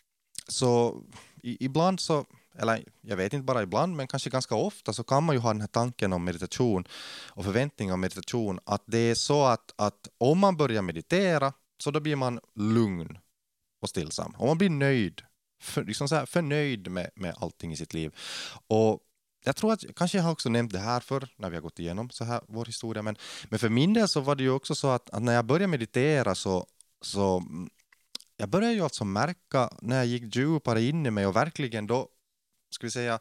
Speaker 3: så i, ibland så, eller jag vet inte bara ibland, men kanske ganska ofta så kan man ju ha den här tanken om meditation och förväntning om meditation, att det är så att, att om man börjar meditera så då blir man lugn och stillsam. Och man blir nöjd, för, liksom så här, förnöjd med, med allting i sitt liv. Och jag tror att, kanske jag har också nämnt det här för när vi har gått igenom så här vår historia, men, men för min del så var det ju också så att, att när jag började meditera så, så jag började ju alltså märka när jag gick djupare in i mig och verkligen då ska vi säga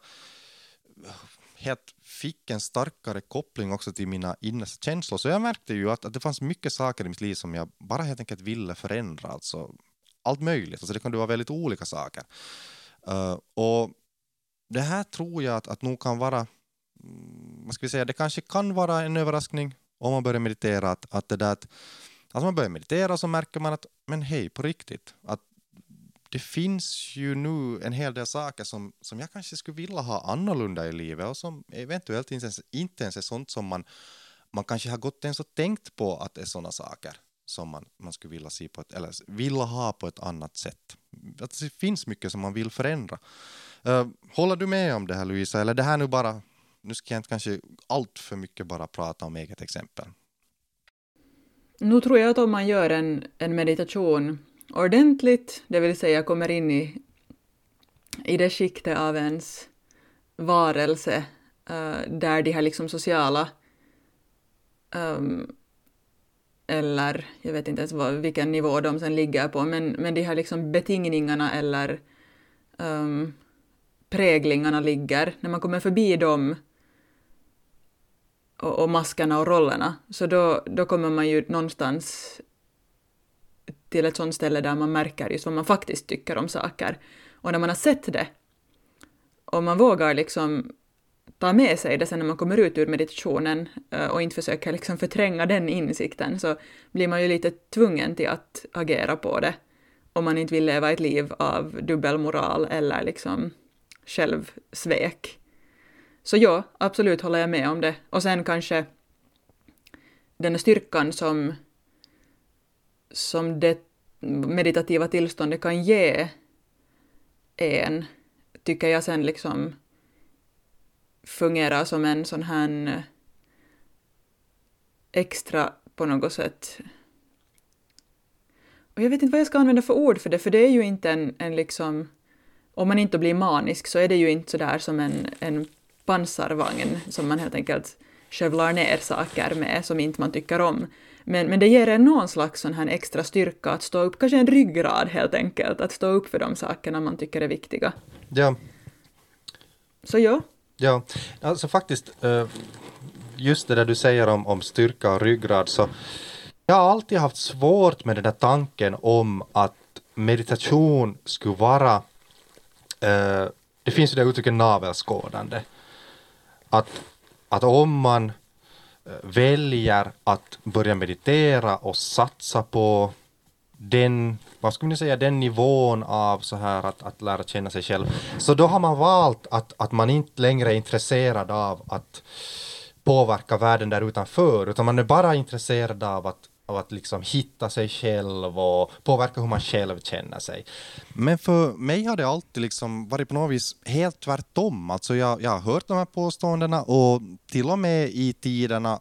Speaker 3: helt fick en starkare koppling också till mina innersta känslor. Så jag märkte ju att, att det fanns mycket saker i mitt liv som jag bara helt enkelt ville förändra. Alltså allt möjligt. Alltså det kan vara väldigt olika saker. Uh, och det här tror jag att, att nog kan vara, vad ska vi säga, det kanske kan vara en överraskning om man börjar meditera. Att, att det där att, att man börjar meditera så märker man att, men hej, på riktigt, att det finns ju nu en hel del saker som, som jag kanske skulle vilja ha annorlunda i livet och som eventuellt inte ens, inte ens är sånt som man, man kanske har gått ens och tänkt på att det är sådana saker som man, man skulle vilja se på ett, eller vilja ha på ett annat sätt. Att det finns mycket som man vill förändra. Uh, håller du med om det här, Louisa? Eller det här nu bara, nu ska jag inte kanske allt för mycket bara prata om eget exempel.
Speaker 2: Nu tror jag att om man gör en, en meditation ordentligt, det vill säga kommer in i, i det skiktet av ens varelse uh, där de här liksom sociala um, eller jag vet inte ens vad, vilken nivå de sen ligger på, men, men de här liksom betingningarna eller um, präglingarna ligger, när man kommer förbi dem och, och maskarna och rollerna, så då, då kommer man ju någonstans till ett sånt ställe där man märker just vad man faktiskt tycker om saker. Och när man har sett det och man vågar liksom ta med sig det sen när man kommer ut ur meditationen och inte försöker liksom förtränga den insikten, så blir man ju lite tvungen till att agera på det om man inte vill leva ett liv av dubbelmoral eller liksom självsvek. Så ja, absolut håller jag med om det. Och sen kanske den styrkan som som det meditativa tillståndet kan ge en, tycker jag sen liksom fungerar som en sån här extra på något sätt. Och jag vet inte vad jag ska använda för ord för det, för det är ju inte en, en liksom, om man inte blir manisk så är det ju inte så där som en, en pansarvagn som man helt enkelt skövlar ner saker med som inte man tycker om. Men, men det ger en någon slags sån här extra styrka att stå upp, kanske en ryggrad helt enkelt, att stå upp för de sakerna man tycker är viktiga.
Speaker 3: Ja.
Speaker 2: Så ja.
Speaker 3: Ja, alltså faktiskt, eh, just det där du säger om, om styrka och ryggrad, så jag har alltid haft svårt med den där tanken om att meditation skulle vara, eh, det finns ju det uttrycket navelskådande. Att, att om man väljer att börja meditera och satsa på den, vad ska man säga, den nivån av så här att, att lära känna sig själv, så då har man valt att, att man inte längre är intresserad av att påverka världen där utanför, utan man är bara intresserad av att, av att liksom hitta sig själv och påverka hur man själv känner sig. Men för mig har det alltid liksom varit på något vis helt tvärtom. Alltså jag, jag har hört de här påståendena och till och med i tiderna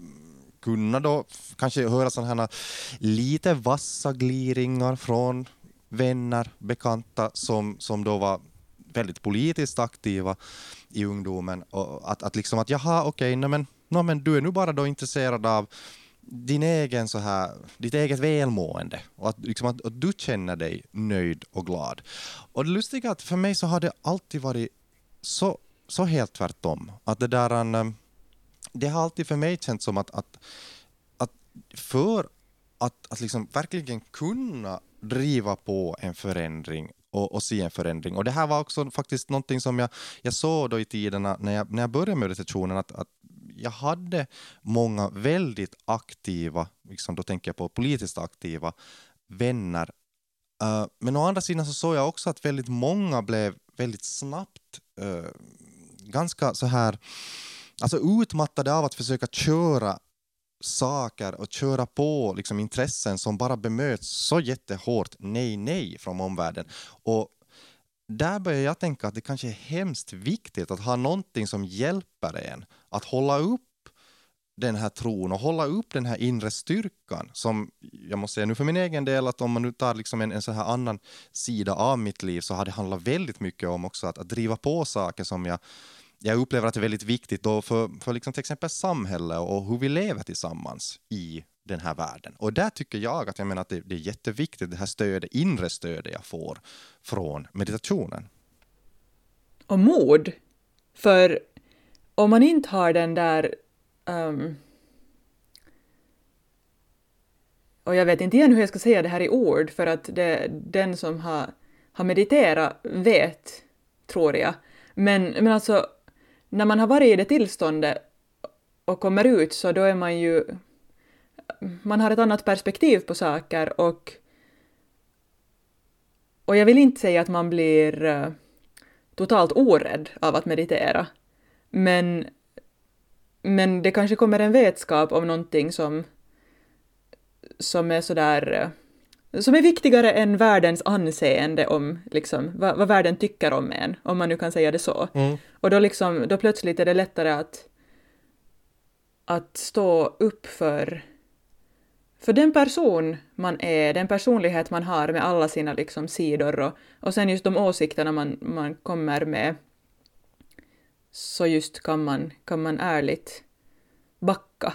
Speaker 3: kunna då kanske höra sådana här lite vassa gliringar från vänner, bekanta som, som då var väldigt politiskt aktiva i ungdomen. Och att, att liksom att jaha, okej, okay, men, no, men du är nu bara då intresserad av din egen så här, ditt eget välmående och att, liksom att, att du känner dig nöjd och glad. Och det lustiga är att för mig så har det alltid varit så, så helt tvärtom. Att det där, det har alltid för mig känts som att, att, att för att, att liksom verkligen kunna driva på en förändring och, och se en förändring. Och det här var också faktiskt någonting som jag, jag såg då i tiderna när jag, när jag började meditationen, att, att jag hade många väldigt aktiva, liksom då tänker jag på politiskt aktiva vänner. Uh, men å andra sidan så såg jag också att väldigt många blev väldigt snabbt uh, ganska så här, alltså utmattade av att försöka köra saker och köra på liksom intressen som bara bemöts så jättehårt nej, nej från omvärlden. Och där börjar jag tänka att det kanske är hemskt viktigt att ha någonting som hjälper en att hålla upp den här tron och hålla upp den här inre styrkan, som jag måste säga nu för min egen del, att om man nu tar liksom en, en så här annan sida av mitt liv, så har det handlat väldigt mycket om också att, att driva på saker som jag, jag upplever att det är väldigt viktigt då för, för liksom till exempel samhälle och hur vi lever tillsammans i den här världen. Och där tycker jag att jag menar att det, det är jätteviktigt, det här stödet, inre stödet jag får från meditationen.
Speaker 2: Och mod. För om man inte har den där um, och jag vet inte igen hur jag ska säga det här i ord, för att det, den som har, har mediterat vet, tror jag. Men, men alltså, när man har varit i det tillståndet och kommer ut, så då är man ju, man har ett annat perspektiv på saker, och och jag vill inte säga att man blir uh, totalt orädd av att meditera, men men det kanske kommer en vetskap om någonting som som är sådär, som är viktigare än världens anseende om liksom vad, vad världen tycker om en, om man nu kan säga det så. Mm. Och då liksom, då plötsligt är det lättare att att stå upp för för den person man är, den personlighet man har med alla sina liksom sidor, och, och sen just de åsikterna man, man kommer med, så just kan man, kan man ärligt backa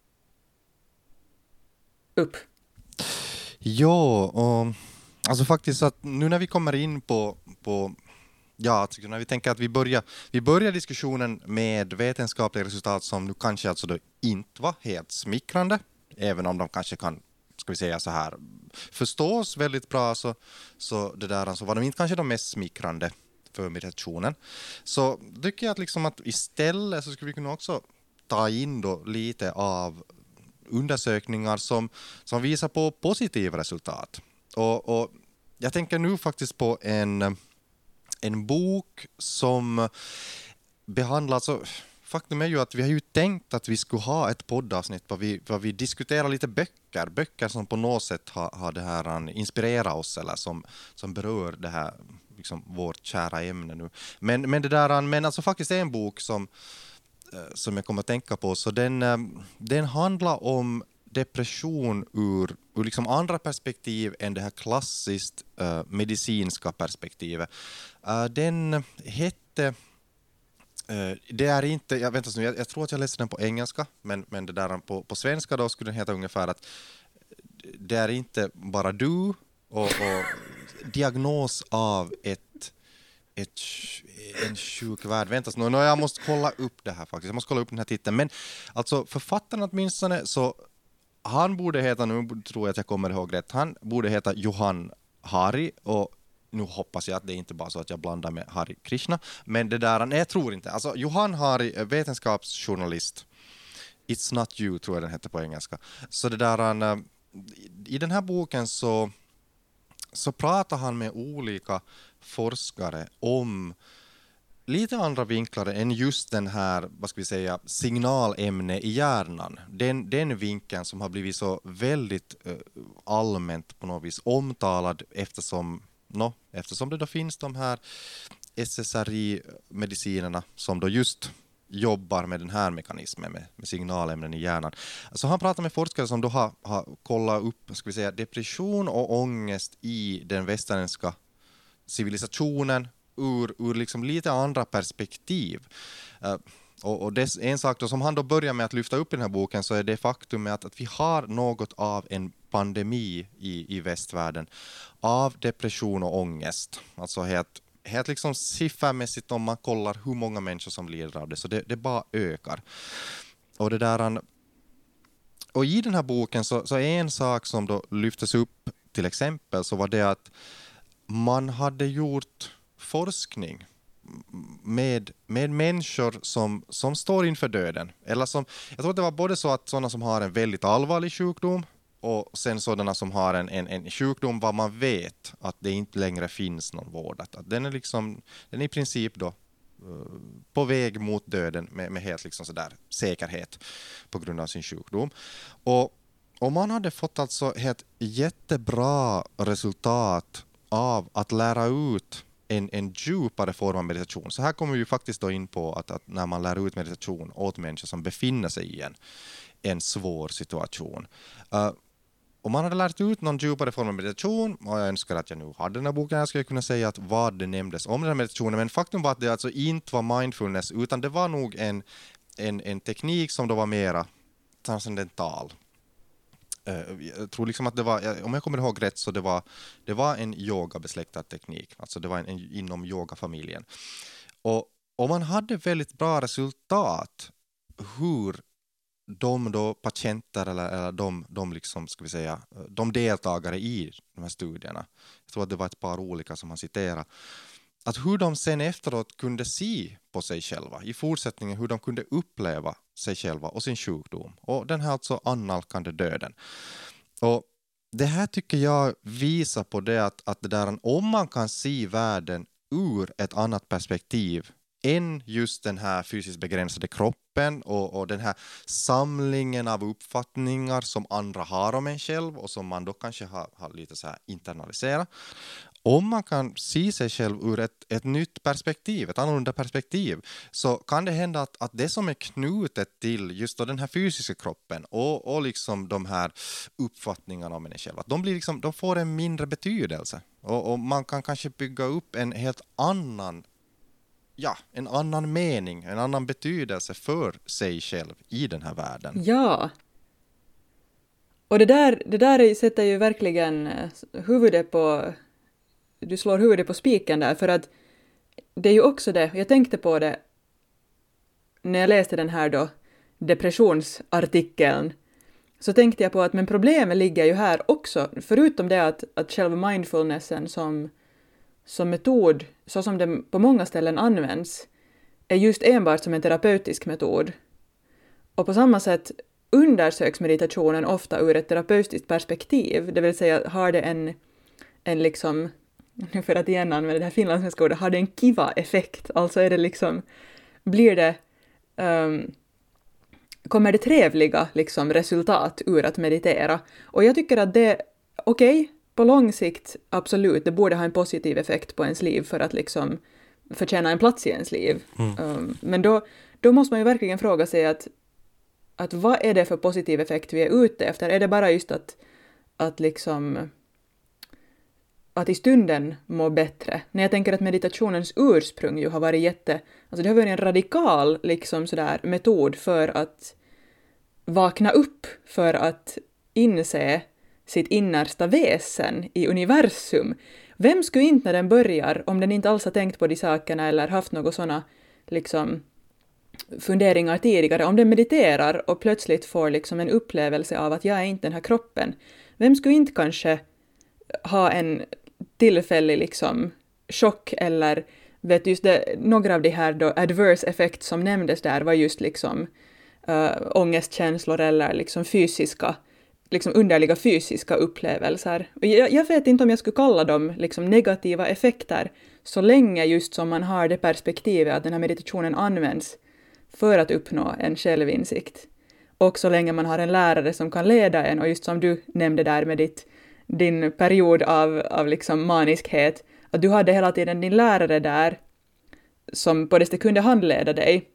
Speaker 2: upp.
Speaker 3: Ja, och alltså faktiskt att nu när vi kommer in på, på ja, alltså när vi tänker att vi börjar, vi börjar diskussionen med vetenskapliga resultat som nu kanske alltså då inte var helt smickrande, även om de kanske kan, ska vi säga så här, förstås väldigt bra, så, så det där alltså var de inte kanske de mest smickrande för meditationen. Så tycker jag att liksom att istället så skulle vi kunna också ta in då lite av undersökningar som, som visar på positiva resultat. Och, och jag tänker nu faktiskt på en, en bok som behandlar, alltså, faktum är ju att vi har ju tänkt att vi skulle ha ett poddavsnitt där vi, där vi diskuterar lite böcker, böcker som på något sätt har, har det här inspirerat oss, eller som, som berör det här, liksom vårt kära ämne nu. Men, men det där, men alltså faktiskt är en bok som som jag kommer att tänka på, så den, den handlar om depression ur, ur liksom andra perspektiv än det här klassiskt uh, medicinska perspektivet. Uh, den hette Uh, det är inte, jag, vänta, nu, jag, jag tror att jag läste den på engelska, men, men det där på, på svenska då skulle den heta ungefär att det är inte bara du och, och diagnos av ett, ett, en sjuk värld. Vänta, nu, jag måste kolla upp det här faktiskt. Jag måste kolla upp den här titeln. Men alltså författaren åtminstone, så han borde heta, nu tror jag att jag kommer ihåg rätt, han borde heta Johan Hari, och nu hoppas jag att det inte bara så att jag blandar med Hari Krishna, men det där, nej jag tror inte. Alltså Johan Hari, vetenskapsjournalist. It's not you tror jag den heter på engelska. Så det där, han, i den här boken så, så pratar han med olika forskare om lite andra vinklar än just den här, vad ska vi säga, signalämne i hjärnan. Den, den vinkeln som har blivit så väldigt uh, allmänt på något vis omtalad eftersom, no, eftersom det då finns de här S S R I-medicinerna som då just jobbar med den här mekanismen med, med signalämnen i hjärnan. Så han pratar med forskare som då har, har kollat upp, ska vi säga, depression och ångest i den västerländska civilisationen ur, ur liksom lite andra perspektiv. Uh, och och det, en sak då, som han då börjar med att lyfta upp i den här boken, så är det faktum med att, att vi har något av en pandemi i, i västvärlden av depression och ångest. Alltså helt Helt liksom siffermässigt om man kollar hur många människor som lider av det, så det, det bara ökar. Och det där, och i den här boken så, så är en sak som då lyftes upp till exempel, så var det att man hade gjort forskning med, med människor som, som står inför döden. Eller som, jag tror att det var både så att sådana som har en väldigt allvarlig sjukdom och sen sådana som har en, en, en sjukdom var man vet att det inte längre finns någon vård. Att, att den, är liksom, den är i princip då uh, på väg mot döden med, med helt liksom sådär säkerhet på grund av sin sjukdom. Och, och man hade fått alltså ett jättebra resultat av att lära ut en, en djupare form av meditation. Så här kommer vi faktiskt då in på att, att när man lär ut meditation åt människor som befinner sig i en, en svår situation. Uh, Om man hade lärt ut någon djupare form av meditation, och jag önskar att jag nu hade den här boken, jag skulle kunna säga att vad det nämndes om den här meditationen, men faktum var att det alltså inte var mindfulness, utan det var nog en, en, en teknik som då var mera transcendental. Jag tror liksom att det var, om jag kommer ihåg rätt, så det var, det var en yoga-besläktad teknik, alltså det var en, en, inom yogafamiljen. Och, och man hade väldigt bra resultat hur de då patienter eller, eller de, de, liksom, ska vi säga, de deltagare i de här studierna, jag tror att det var ett par olika som han citerade, att hur de sen efteråt kunde se på sig själva i fortsättningen, hur de kunde uppleva sig själva och sin sjukdom och den här alltså annalkande döden. Och det här tycker jag visar på det att, att det där, om man kan se världen ur ett annat perspektiv än just den här fysiskt begränsade kroppen och, och den här samlingen av uppfattningar som andra har om en själv och som man då kanske har, har lite så här internaliserat. Om man kan se sig själv ur ett, ett nytt perspektiv, ett annorlunda perspektiv, så kan det hända att, att det som är knutet till just då den här fysiska kroppen och, och liksom de här uppfattningarna om en själv, att de, blir liksom, de får en mindre betydelse. Och, och man kan kanske bygga upp en helt annan Ja, en annan mening, en annan betydelse för sig själv i den här världen.
Speaker 2: Ja. Och det där, det där sätter ju verkligen huvudet på, du slår huvudet på spiken där, för att det är ju också det, jag tänkte på det när jag läste den här då depressionsartikeln, så tänkte jag på att men problemet ligger ju här också, förutom det att, att själva mindfulnessen som som metod, så som den på många ställen används, är just enbart som en terapeutisk metod. Och på samma sätt undersöks meditationen ofta ur ett terapeutiskt perspektiv, det vill säga har det en, en liksom, nu för att igen använda det här finlandssvenska ordet, har det en kiva-effekt, alltså är det liksom, blir det, um, kommer det trevliga liksom resultat ur att meditera. Och jag tycker att det, okej, okay, på lång sikt, absolut, det borde ha en positiv effekt på ens liv för att liksom förtjäna en plats i ens liv. Mm. Um, men då, då måste man ju verkligen fråga sig att, att vad är det för positiv effekt vi är ute efter? Är det bara just att, att liksom att i stunden må bättre. När jag tänker att meditationens ursprung ju har varit jätte... Alltså det har varit en radikal liksom sådär metod för att vakna upp, för att inse sitt innersta väsen i universum. Vem skulle inte när den börjar, om den inte alls har tänkt på de sakerna eller haft några sådana liksom funderingar tidigare, om den mediterar och plötsligt får liksom en upplevelse av att jag är inte den här kroppen, vem skulle inte kanske ha en tillfällig liksom chock eller vet just det, några av de här då adverse effects som nämndes där var just liksom uh, ångestkänslor eller liksom fysiska liksom underliga fysiska upplevelser. Och jag, jag vet inte om jag skulle kalla dem liksom negativa effekter så länge just som man har det perspektivet att den här meditationen används för att uppnå en självinsikt. Och så länge man har en lärare som kan leda en, och just som du nämnde där med ditt, din period av, av liksom maniskhet, att du hade hela tiden din lärare där som på det sättet kunde handleda dig.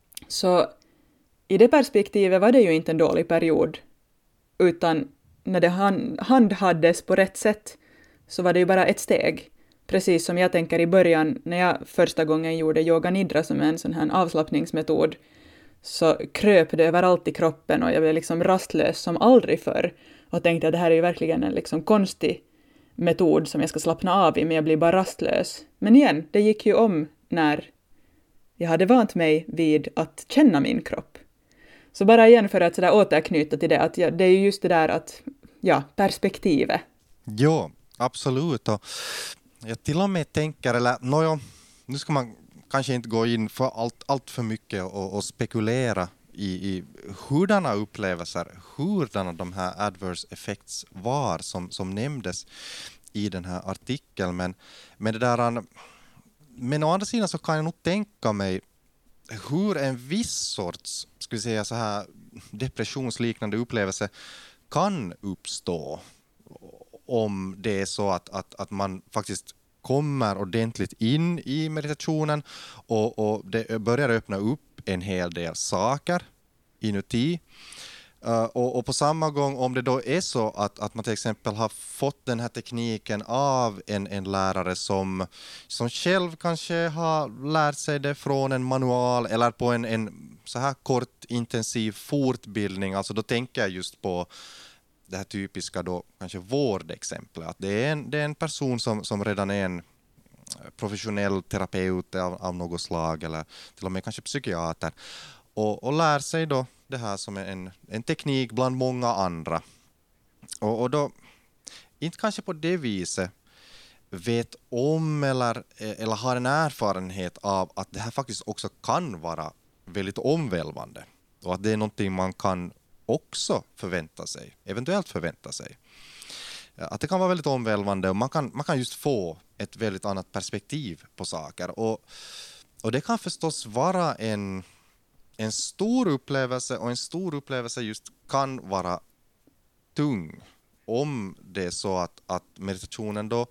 Speaker 2: Så i det perspektivet var det ju inte en dålig period, utan när det hand, handhades på rätt sätt så var det ju bara ett steg. Precis som jag tänker i början när jag första gången gjorde yoga nidra som en sån här avslappningsmetod, så kröp det överallt i kroppen och jag blev liksom rastlös som aldrig förr och tänkte att det här är ju verkligen en liksom konstig metod som jag ska slappna av i, men jag blir bara rastlös. Men igen, det gick ju om när jag hade vant mig vid att känna min kropp. Så bara igen för att sådär återknyta till det, att ja, det är ju just det där att, ja, perspektivet.
Speaker 3: Ja, absolut. Och jag till och med tänker, eller nåja, nu ska man kanske inte gå in för allt, allt för mycket och, och spekulera i, i hurdana upplevelser, hurdana de här adverse effects var som, som nämndes i den här artikeln. Men, men det där, men å andra sidan så kan jag nog tänka mig hur en viss sorts, skulle säga så här, depressionsliknande upplevelse kan uppstå om det är så att, att, att man faktiskt kommer ordentligt in i meditationen och, och det börjar öppna upp en hel del saker inuti. Uh, och, och på samma gång om det då är så att, att man till exempel har fått den här tekniken av en, en lärare som, som själv kanske har lärt sig det från en manual eller på en, en så här kort intensiv fortbildning, alltså då tänker jag just på det här typiska då kanske vårdexemplet, att det är en, det är en person som, som redan är en professionell terapeut av, av något slag eller till och med kanske psykiater och, och lär sig då det här som en, en teknik bland många andra. Och, och då, inte kanske på det viset vet om eller, eller har en erfarenhet av att det här faktiskt också kan vara väldigt omvälvande. Och att det är någonting man kan också förvänta sig, eventuellt förvänta sig. Att det kan vara väldigt omvälvande och man kan, man kan just få ett väldigt annat perspektiv på saker. Och, och det kan förstås vara en En stor upplevelse, och en stor upplevelse just kan vara tung om det är så att, att meditationen då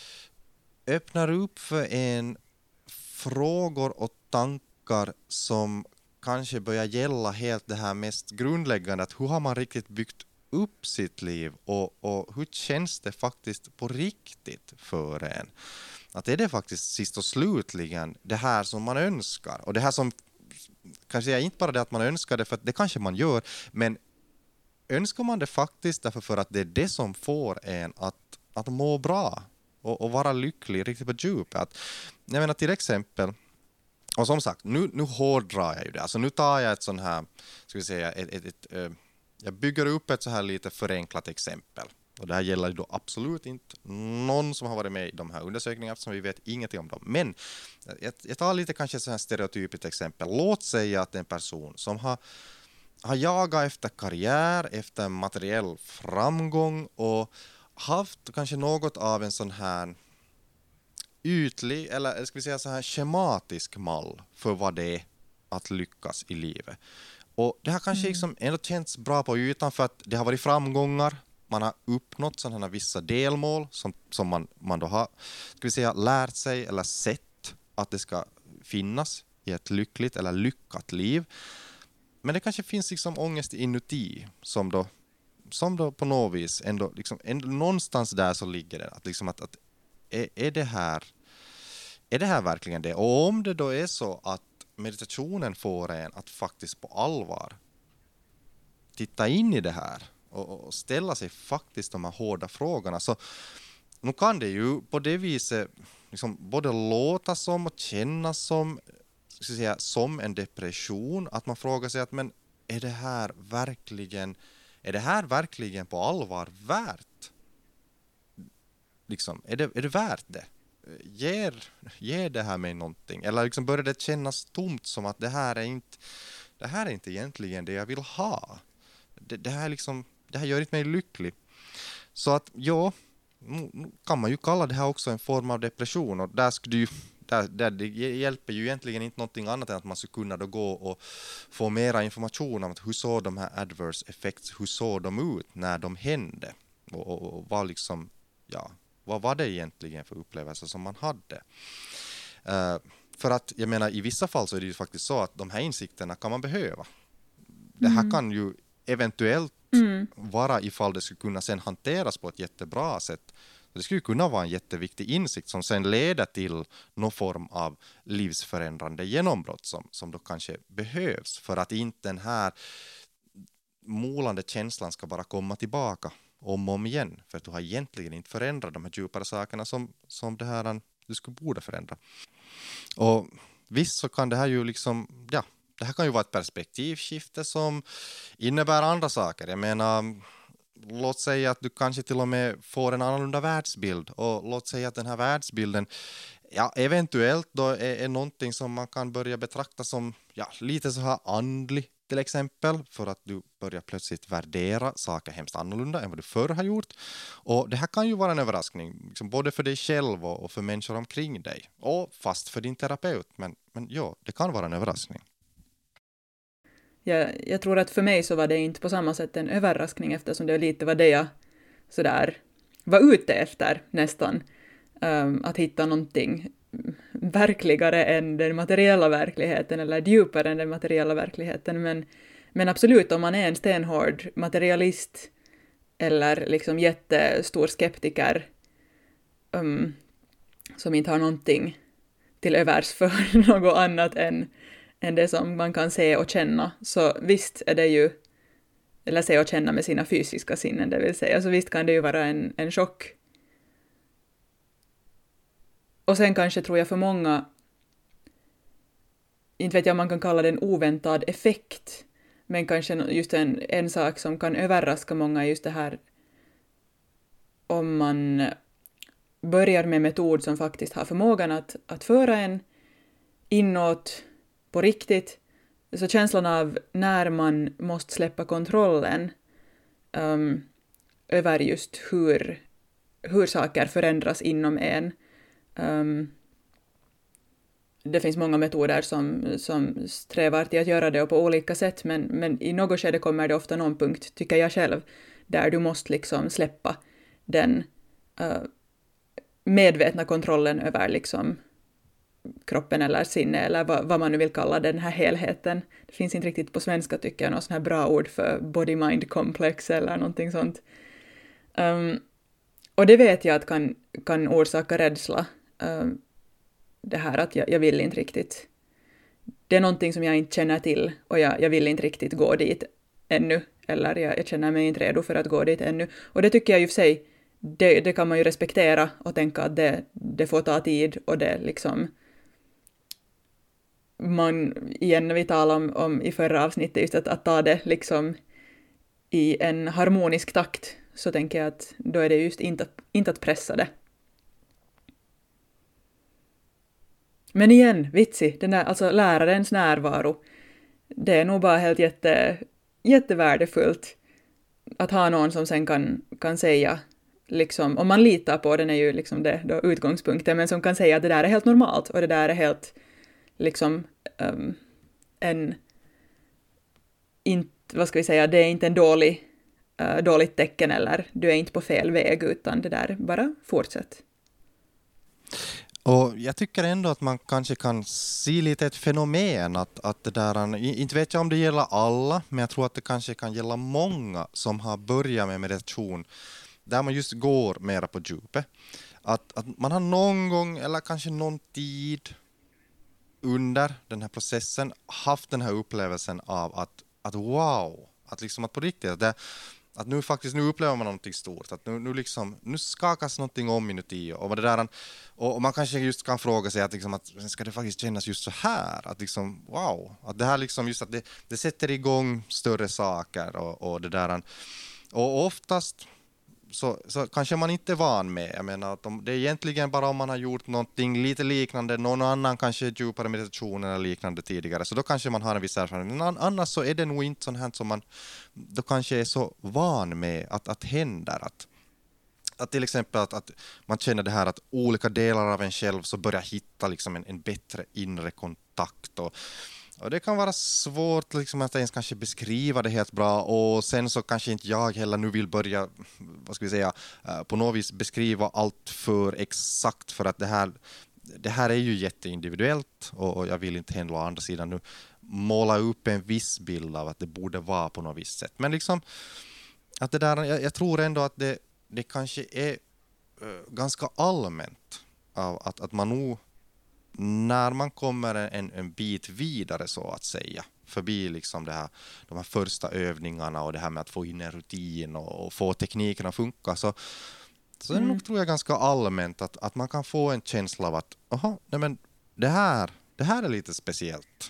Speaker 3: öppnar upp för en frågor och tankar som kanske börjar gälla helt det här mest grundläggande, att hur har man riktigt byggt upp sitt liv och, och hur känns det faktiskt på riktigt för en? Att är det faktiskt sist och slutligen det här som man önskar, och det här som kanske är inte bara det att man önskar det, för att det kanske man gör, men önskar man det faktiskt därför för att det är det som får en att, att må bra och, och vara lycklig riktigt på djupet. Jag menar till exempel, och som sagt, nu, nu hårdrar jag ju det, alltså nu tar jag ett sån här, ska vi säga, ett, ett, ett, ett, jag bygger upp ett så här lite förenklat exempel. Och det här gäller ju då absolut inte någon som har varit med i de här undersökningarna, som vi vet ingenting om dem. Men jag, jag tar lite kanske så här stereotypiskt exempel. Låt säga att en person som har, har jagat efter karriär, efter materiell framgång och haft kanske något av en sån här ytlig, eller ska vi säga så här schematisk mall för vad det är att lyckas i livet. Och det har kanske mm. liksom ändå känts bra på ytan för att det har varit framgångar. Man har uppnått sådana här vissa delmål som, som man, man då har, ska vi säga, lärt sig eller sett att det ska finnas i ett lyckligt eller lyckat liv. Men det kanske finns liksom ångest inuti som då som då på något vis ändå, liksom, ändå någonstans där så ligger det att, liksom att, att är, är det här är det här verkligen det? Och om det då är så att meditationen får en att faktiskt på allvar titta in i det här och, och ställa sig faktiskt de här hårda frågorna, så nu kan det ju på det viset liksom både låta som och kännas som, ska jag säga, som en depression, att man frågar sig att men är det här verkligen är det här verkligen på allvar värt? Liksom, är det, är det värt det? Ger, ger det här mig någonting? Eller liksom börjar det kännas tomt, som att det här är inte, det här är inte egentligen det jag vill ha. Det, det, här, liksom, det här gör inte mig lycklig. Så att ja, kan man ju kalla det här också en form av depression. Och där skulle ju, där, där det hjälper ju egentligen inte någonting annat än att man skulle kunna då gå och få mera information om att hur såg de här adverse effects, hur såg de ut när de hände? Och, och, och vad liksom, ja, vad var det egentligen för upplevelser som man hade? Uh, för att, jag menar, i vissa fall så är det ju faktiskt så att de här insikterna kan man behöva. Det här mm. kan ju eventuellt mm. vara ifall det skulle kunna sen hanteras på ett jättebra sätt. Det skulle kunna vara en jätteviktig insikt som sen leder till någon form av livsförändrande genombrott som, som då kanske behövs för att inte den här molande känslan ska bara komma tillbaka om och om igen, för att du har egentligen inte förändrat de här djupare sakerna som, som det här du skulle borde förändra. Och visst så kan det här ju liksom, ja, det här kan ju vara ett perspektivskifte som innebär andra saker. Jag menar, låt säga att du kanske till och med får en annorlunda världsbild, och låt säga att den här världsbilden, ja, eventuellt då är, är någonting som man kan börja betrakta som, ja, lite så här andlig till exempel, för att du börjar plötsligt värdera saker hemskt annorlunda än vad du förr har gjort. Och det här kan ju vara en överraskning, liksom både för dig själv och, och för människor omkring dig, och fast för din terapeut, men, men ja, det kan vara en överraskning.
Speaker 2: Jag, jag tror att för mig så var det inte på samma sätt en överraskning, eftersom det lite var det jag sådär var ute efter nästan. Um, att hitta någonting verkligare än den materiella verkligheten, eller djupare än den materiella verkligheten. Men, men absolut, om man är en stenhård materialist eller liksom jättestor skeptiker um, som inte har någonting till övers för något annat än än det som man kan se och känna, så visst är det ju, eller se och känna med sina fysiska sinnen, det vill säga, så visst kan det ju vara en, en chock. Och sen kanske tror jag för många, inte vet jag om man kan kalla det en oväntad effekt, men kanske just en, en sak som kan överraska många är just det här, om man börjar med metod som faktiskt har förmågan att, att föra en inåt på riktigt, så känslan av när man måste släppa kontrollen um, över just hur, hur saker förändras inom en. Um, det finns många metoder som, som strävar till att göra det på olika sätt, men, men i något skede kommer det ofta någon punkt, tycker jag själv, där du måste liksom släppa den uh, medvetna kontrollen över liksom kroppen eller sinne, eller vad, vad man nu vill kalla den här helheten. Det finns inte riktigt på svenska, tycker jag, något sån här bra ord för body-mind-komplex eller någonting sånt. Um, och det vet jag att kan, kan orsaka rädsla. Um, det här att jag, jag vill inte riktigt. Det är någonting som jag inte känner till, och jag, jag vill inte riktigt gå dit ännu. Eller jag, jag känner mig inte redo för att gå dit ännu. Och det tycker jag ju för sig, det, det kan man ju respektera och tänka att det, det får ta tid, och det liksom man, igen när vi talade om, om i förra avsnittet, just att, att ta det liksom i en harmonisk takt, så tänker jag att då är det just inte, inte att pressa det. Men igen, vitsi, den där, alltså lärarens närvaro, det är nog bara helt jätte, jättevärdefullt att ha någon som sen kan, kan säga, liksom, om man litar på den är ju liksom det då utgångspunkten, men som kan säga att det där är helt normalt, och det där är helt liksom um, en inte, vad ska vi säga, det är inte en dålig uh, dåligt tecken, eller du är inte på fel väg, utan det där bara fortsätt.
Speaker 3: Och jag tycker ändå att man kanske kan se lite ett fenomen att, att det där, inte vet jag om det gäller alla, men jag tror att det kanske kan gälla många som har börjat med meditation där man just går mera på djupet. Att, att man har någon gång eller kanske någon tid under den här processen haft den här upplevelsen av att, att wow, att liksom att på riktigt, att, det, att nu faktiskt nu upplever man någonting stort, att nu, nu liksom, nu skakas någonting om inuti och det där, och, och man kanske just kan fråga sig att liksom, att ska det faktiskt kännas just så här, att liksom wow, att det här liksom just att det, det sätter igång större saker och, och det där, och oftast Så, så kanske man inte är van med. Jag menar att om, det är egentligen bara om man har gjort någonting lite liknande, någon annan kanske djupare meditation eller liknande tidigare, så då kanske man har en viss erfarenhet. Men annars så är det nog inte sånt här som man då kanske är så van med att, att händer. Att, att till exempel att, att man känner det här att olika delar av en själv så börjar hitta liksom en, en bättre inre kontakt och Och det kan vara svårt liksom, att ens kanske beskriva det helt bra, och sen så kanske inte jag heller nu vill börja, vad ska vi säga, på något vis beskriva allt för exakt, för att det här, det här är ju jätteindividuellt, och jag vill inte heller å andra sidan nu måla upp en viss bild av att det borde vara på något visst sätt. Men liksom, att det där, jag, jag tror ändå att det, det kanske är uh, ganska allmänt av att, att man nog när man kommer en, en bit vidare så att säga, förbi liksom det här, de här första övningarna och det här med att få in en rutin och, och få tekniken att funka, så, så mm. är det nog, tror jag, ganska allmänt att, att man kan få en känsla av att aha, nej men det här, det här är lite speciellt.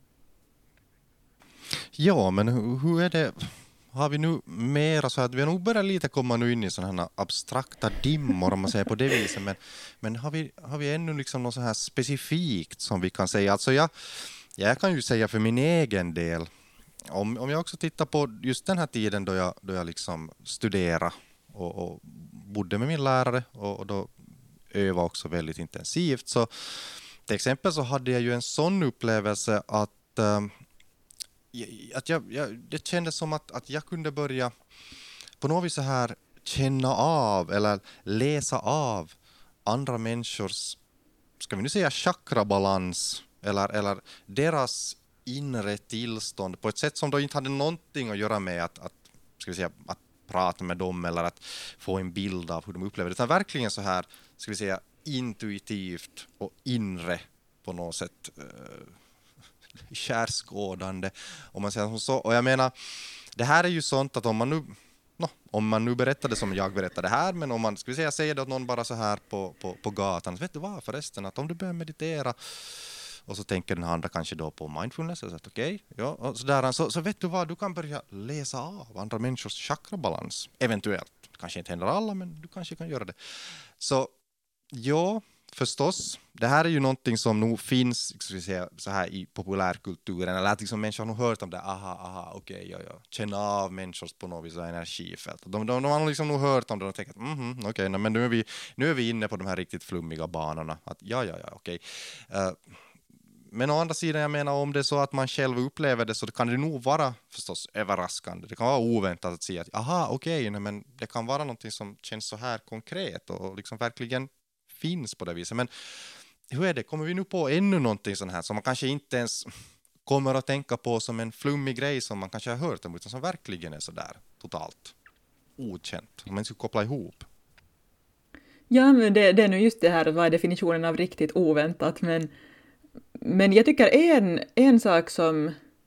Speaker 3: Ja, men hur, hur är det? Har vi nu mera så att vi har nog börjat lite komma nu in i sådana här abstrakta dimmor om man säger på det viset, men, men har, vi, har vi ännu liksom något så här specifikt som vi kan säga? Alltså jag, jag kan ju säga för min egen del, om, om jag också tittar på just den här tiden då jag, då jag liksom studerade och, och bodde med min lärare och, och då övade också väldigt intensivt, så till exempel så hade jag ju en sån upplevelse att um, att jag, jag, det kändes som att, att jag kunde börja på något vis så här känna av eller läsa av andra människors, ska vi nu säga, chakrabalans eller, eller deras inre tillstånd på ett sätt som då inte hade någonting att göra med att, att, ska vi säga, att prata med dem eller att få en bild av hur de upplever det, utan verkligen så här, ska vi säga, intuitivt och inre på något sätt eh, kärskådande, om man säger så. Och jag menar, det här är ju sånt att om man nu no, om man nu berättade som jag berättade här, men om man skulle säga säger det åt någon bara så här på, på, på gatan, vet du vad förresten, att om du börjar meditera och så tänker den andra kanske då på mindfulness, så att okej, okay, ja, och så, där, så, så vet du vad, du kan börja läsa av andra människors chakrabalans, eventuellt, kanske inte händer alla, men du kanske kan göra det. Så ja, förstås, det här är ju någonting som nog finns, ska vi säga, så här i populärkulturen, eller att liksom människor har hört om det, aha, aha, okej, okay, ja, ja, känna av människors på något vis energifält. De, de, de har liksom nog hört om det och tänkt, mhm, okej, okay, men nu är, vi, nu är vi inne på de här riktigt flummiga banorna, att ja, ja, ja, okej. Okay. Uh, men å andra sidan, jag menar, om det är så att man själv upplever det, så kan det nog vara förstås överraskande. Det kan vara oväntat att se att, aha, okej, okay, men det kan vara någonting som känns så här konkret och liksom verkligen finns på det viset. Men hur är det? Kommer vi nu på ännu någonting sånt här som man kanske inte ens kommer att tänka på som en flummig grej som man kanske har hört om, utan som verkligen är så där totalt okänt, om man ska koppla ihop?
Speaker 2: Ja, men det, det är nu just det här, vad är definitionen av riktigt oväntat, men, men jag tycker en, en sak som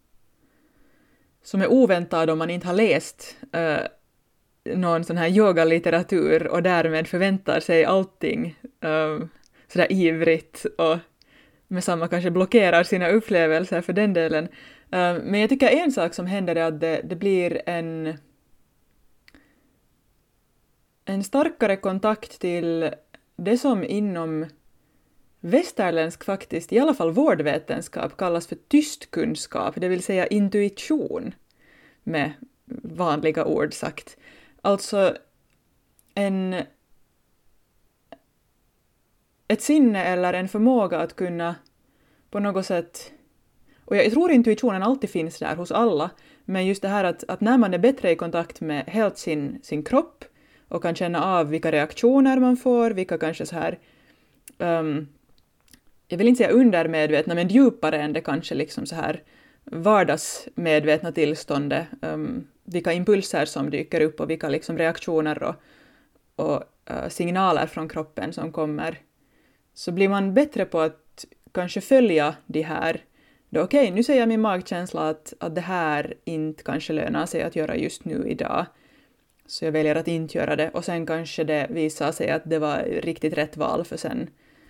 Speaker 2: som är oväntad om man inte har läst uh, någon sån här yogalitteratur och därmed förväntar sig allting um, sådär ivrigt och med samma kanske blockerar sina upplevelser för den delen. Um, men jag tycker en sak som händer är att det, det blir en en starkare kontakt till det som inom västerländsk faktiskt, i alla fall vårdvetenskap, kallas för tyst kunskap, det vill säga intuition med vanliga ord sagt. Alltså en, ett sinne eller en förmåga att kunna på något sätt, och jag tror intuitionen alltid finns där hos alla, men just det här att, att när man är bättre i kontakt med helt sin, sin kropp och kan känna av vilka reaktioner man får, vilka kanske så här um, jag vill inte säga undermedvetna, men djupare än det kanske liksom så här vardagsmedvetna tillståndet, um, vilka impulser som dyker upp och vilka liksom reaktioner och, och uh, signaler från kroppen som kommer, så blir man bättre på att kanske följa de här. Okej, okay, nu säger min magkänsla att, att det här inte kanske lönar sig att göra just nu idag, så jag väljer att inte göra det, och sen kanske det visar sig att det var riktigt rätt val, för sen,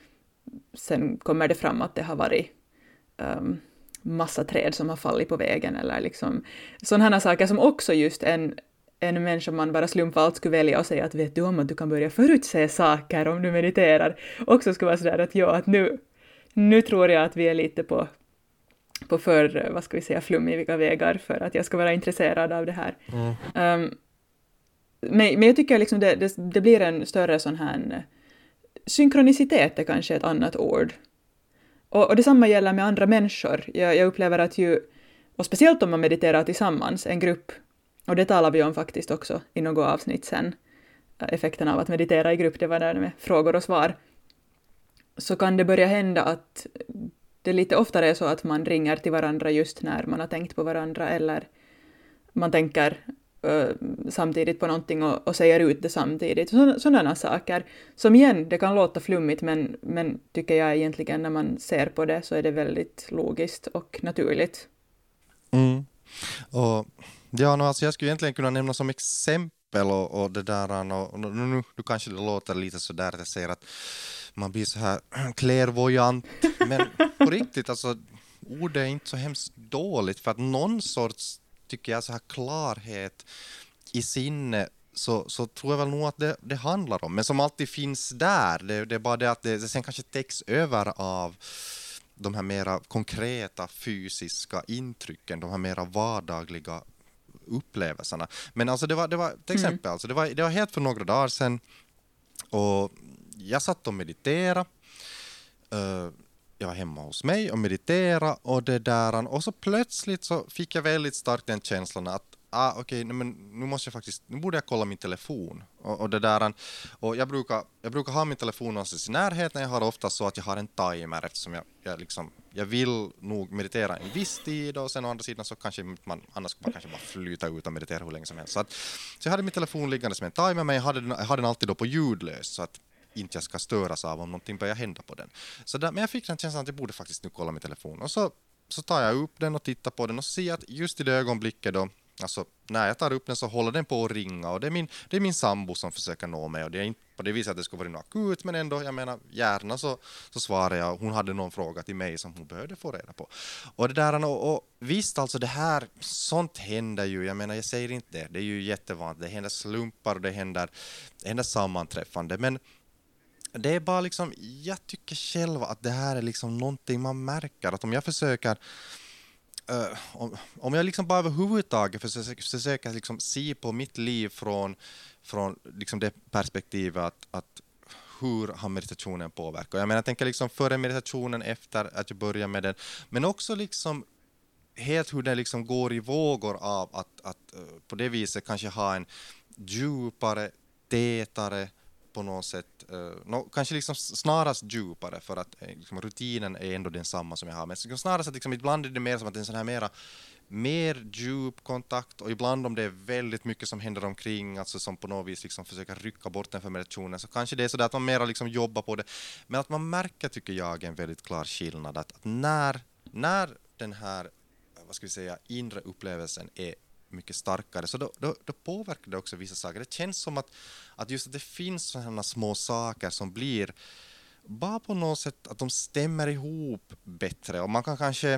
Speaker 2: sen kommer det fram att det har varit um, massa träd som har fallit på vägen, eller liksom sådana saker som också just en, en människa man bara slumpvalt skulle välja och säga att vet du om att du kan börja förutse saker om du mediterar, också skulle vara sådär att ja, att nu, nu tror jag att vi är lite på, på för, vad ska vi säga, flummiga vägar för att jag ska vara intresserad av det här. Mm. Um, men, men jag tycker liksom det, det, det blir en större sån här synkronicitet är kanske ett annat ord. Och, och detsamma gäller med andra människor. Jag, jag upplever att ju, och speciellt om man mediterar tillsammans, en grupp, och det talar vi om faktiskt också i något avsnitt sen, effekten av att meditera i grupp, det var där med frågor och svar, så kan det börja hända att det lite oftare är så att man ringer till varandra just när man har tänkt på varandra, eller man tänker uh, samtidigt på någonting och, och säger ut det samtidigt. Så, sådana saker som igen, det kan låta flummigt, men, men tycker jag egentligen när man ser på det så är det väldigt logiskt och naturligt.
Speaker 3: Mm. Och ja, no, alltså jag skulle egentligen kunna nämna som exempel och, och det där, och, och nu, nu, nu kanske det låter lite så där att jag säger att man blir så här klärvoajant, men på riktigt, alltså ordet är inte så hemskt dåligt, för att någon sorts, tycker jag, så här klarhet i sinne, så, så tror jag väl nog att det, det handlar om, men som alltid finns där, det, det är bara det att det, det sen kanske täcks över av de här mera konkreta fysiska intrycken, de här mera vardagliga upplevelserna. Men alltså det var, det var till exempel, mm. alltså det var, det var helt för några dagar sedan, och jag satt och mediterade. Uh, jag var hemma hos mig och mediterade, och det där, och så plötsligt så fick jag väldigt starkt den känslan att ah, okej, okay, men nu måste jag faktiskt, nu borde jag kolla min telefon, och, och det där, och jag brukar, jag brukar ha min telefon någonstans i närheten. Jag har ofta så att jag har en timer, eftersom jag, jag liksom, jag vill nog meditera en viss tid, och sen å andra sidan så kanske man, annars skulle man kanske bara flyta ut och meditera hur länge som helst. Så, att, så jag hade min telefon liggande som en timer, men jag hade, jag hade den alltid då på ljudlös, så att inte jag ska störas av om någonting börjar hända på den. Så där, men jag fick den känslan att jag borde faktiskt nu kolla min telefon, och så, så tar jag upp den och tittar på den och ser att just i det ögonblicket då, alltså när jag tar upp den så håller den på att ringa, och det är min, det är min sambo som försöker nå mig, och det är inte på det viset att det ska vara något akut, men ändå, jag menar, gärna så, så svarar jag. Hon hade någon fråga till mig som hon behövde få reda på. Och det där, och, och visst, alltså det här, sånt händer ju, jag menar, jag säger inte det, det är ju jättevanligt, det händer slumpar och det händer, det händer sammanträffande, men det är bara liksom, jag tycker själv att det här är liksom någonting man märker, att om jag försöker Uh, om, om jag liksom bara överhuvudtaget försöker, försöker liksom se på mitt liv från, från liksom det perspektivet att, att hur har meditationen påverkat. Jag menar, jag tänker liksom före meditationen, efter att jag börjar med den, men också liksom helt hur det liksom går i vågor av att, att uh, på det viset kanske ha en djupare, tätare på något sätt, uh, no, kanske liksom snarast djupare, för att uh, liksom, rutinen är ändå densamma som jag har, men liksom, snarast att liksom, ibland är det mer som att det är en sån här mera, mer djup kontakt, och ibland om det är väldigt mycket som händer omkring, alltså som på något vis liksom försöker rycka bort den för meditationen, så kanske det är så där att man mera liksom jobbar på det, men att man märker, tycker jag, en väldigt klar skillnad, att, att när, när den här, vad ska vi säga, inre upplevelsen är mycket starkare, så då, då, då påverkar det också vissa saker. Det känns som att, att just att det finns sådana små saker som blir bara på något sätt att de stämmer ihop bättre, och man kan kanske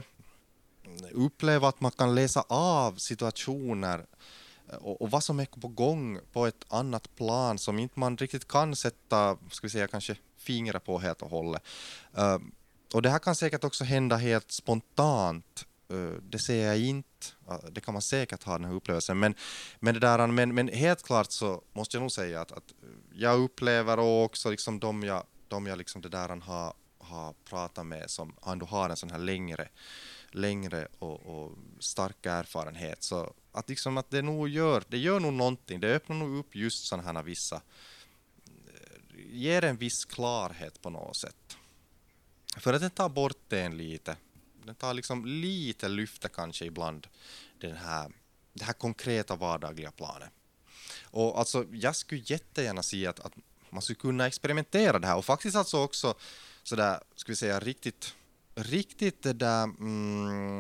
Speaker 3: uppleva att man kan läsa av situationer och, och vad som är på gång på ett annat plan som inte man riktigt kan sätta, ska vi säga, kanske fingrar på helt och hållet. Uh, och det här kan säkert också hända helt spontant. Det ser jag inte, det kan man säkert ha den här upplevelsen, men, men, det där, men, men helt klart så måste jag nog säga att, att jag upplever också liksom de jag, de jag liksom det där har, har pratat med som ändå har en sån här längre, längre och, och stark erfarenhet, så att, liksom att det nog gör, det gör nog någonting, det öppnar nog upp just sådana här vissa ger en viss klarhet på något sätt. För att den tar bort det en lite. Den tar liksom lite lyfte kanske ibland den här, det här konkreta vardagliga planet. Och alltså jag skulle jättegärna se att, att man skulle kunna experimentera det här och faktiskt alltså också sådär, ska vi säga, riktigt riktigt det där mm,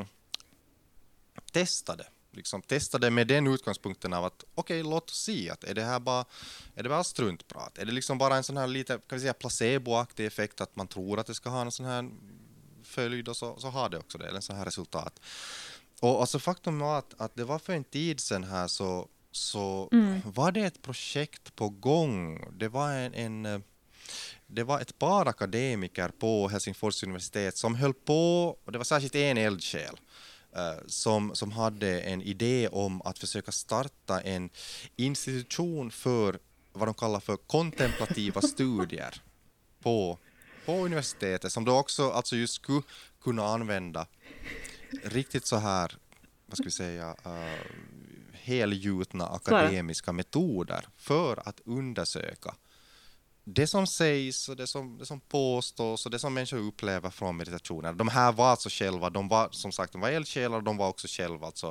Speaker 3: testade. Liksom testade med den utgångspunkten av att okej, okay, låt oss se att är det här bara är det bara struntprat? Är det liksom bara en sån här lite, kan vi säga, placeboaktig effekt att man tror att det ska ha en sån här följd och så, så har det också det, eller en sån här resultat. Och alltså faktum var att, att det var för en tid sedan här så, så mm. var det ett projekt på gång. Det var en, en det var ett par akademiker på Helsingfors universitet som höll på, och det var särskilt en eldsjäl uh, som, som hade en idé om att försöka starta en institution för vad de kallar för kontemplativa studier på, på universitetet som då också alltså just skulle kunna använda riktigt så här, vad ska vi säga, uh, helgjutna akademiska metoder för att undersöka det som sägs och det som, det som påstås och det som människor upplever från meditationen. De här var alltså själva, de var som sagt, de var eldsjälar och de var också själva alltså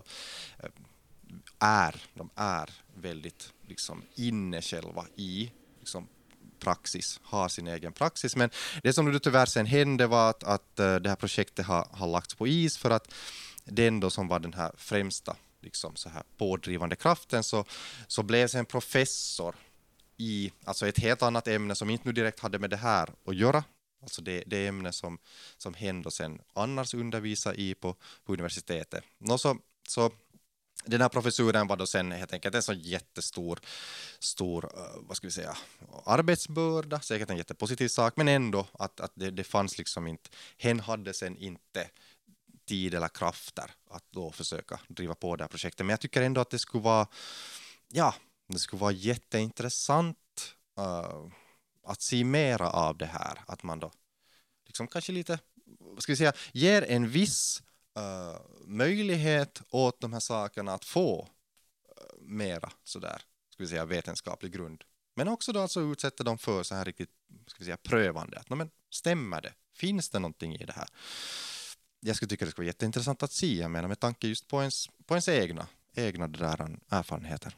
Speaker 3: är, de är väldigt liksom inne själva i liksom praxis, har sin egen praxis. Men det som nu tyvärr sen hände var att, att det här projektet har, har lagts på is för att den då som var den här främsta liksom så här pådrivande kraften så, så blev sen professor i alltså ett helt annat ämne som inte nu direkt hade med det här att göra. Alltså det, det ämne som, som Hendo sen annars undervisar i på, på universitetet. Nå så, så den här professuren var då sen helt enkelt en så jättestor stor, uh, vad ska vi säga, arbetsbörda, säkert en jättepositiv sak, men ändå att, att det, det fanns liksom inte, hen hade sen inte tid eller krafter att då försöka driva på det här projektet. Men jag tycker ändå att det skulle vara, ja, det skulle vara jätteintressant uh, att se mera av det här. Att man då liksom kanske lite, vad ska vi säga, ger en viss uh, möjlighet åt de här sakerna att få uh, mera sådär, ska vi säga, vetenskaplig grund. Men också då alltså utsätta dem för så här riktigt, ska vi säga, prövande. Att, men stämmer det? Finns det någonting i det här? Jag skulle tycka det skulle vara jätteintressant att se, jag menar, med tanke just på ens, på ens egna, egna där erfarenheter.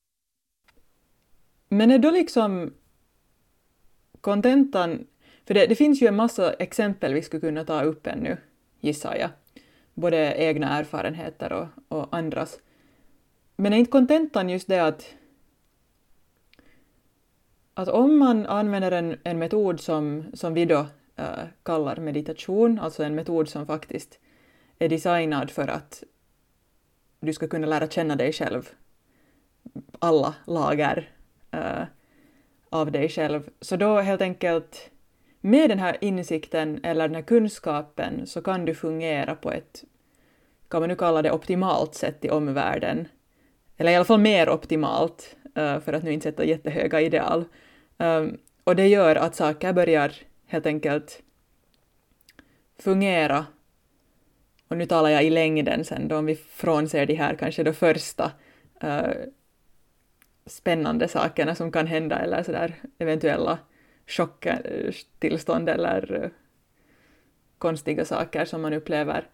Speaker 2: Men är då liksom kontentan, för det, det finns ju en massa exempel vi skulle kunna ta upp ännu, gissar jag. Både egna erfarenheter och, och andras. Men är inte kontentan just det att, att om man använder en, en metod som, som vi då äh, kallar meditation, alltså en metod som faktiskt är designad för att du ska kunna lära känna dig själv, alla lager Uh, av dig själv. Så då helt enkelt med den här insikten eller den här kunskapen så kan du fungera på ett, kan man nu kalla det, optimalt sätt i omvärlden. Eller i alla fall mer optimalt, uh, för att nu inte sätta jättehöga ideal. Um, och det gör att saker börjar helt enkelt fungera. Och nu talar jag i längden sen då, om vi frånser de här kanske då första uh, spännande sakerna som kan hända eller sådär eventuella chocktillstånd eller konstiga saker som man upplever.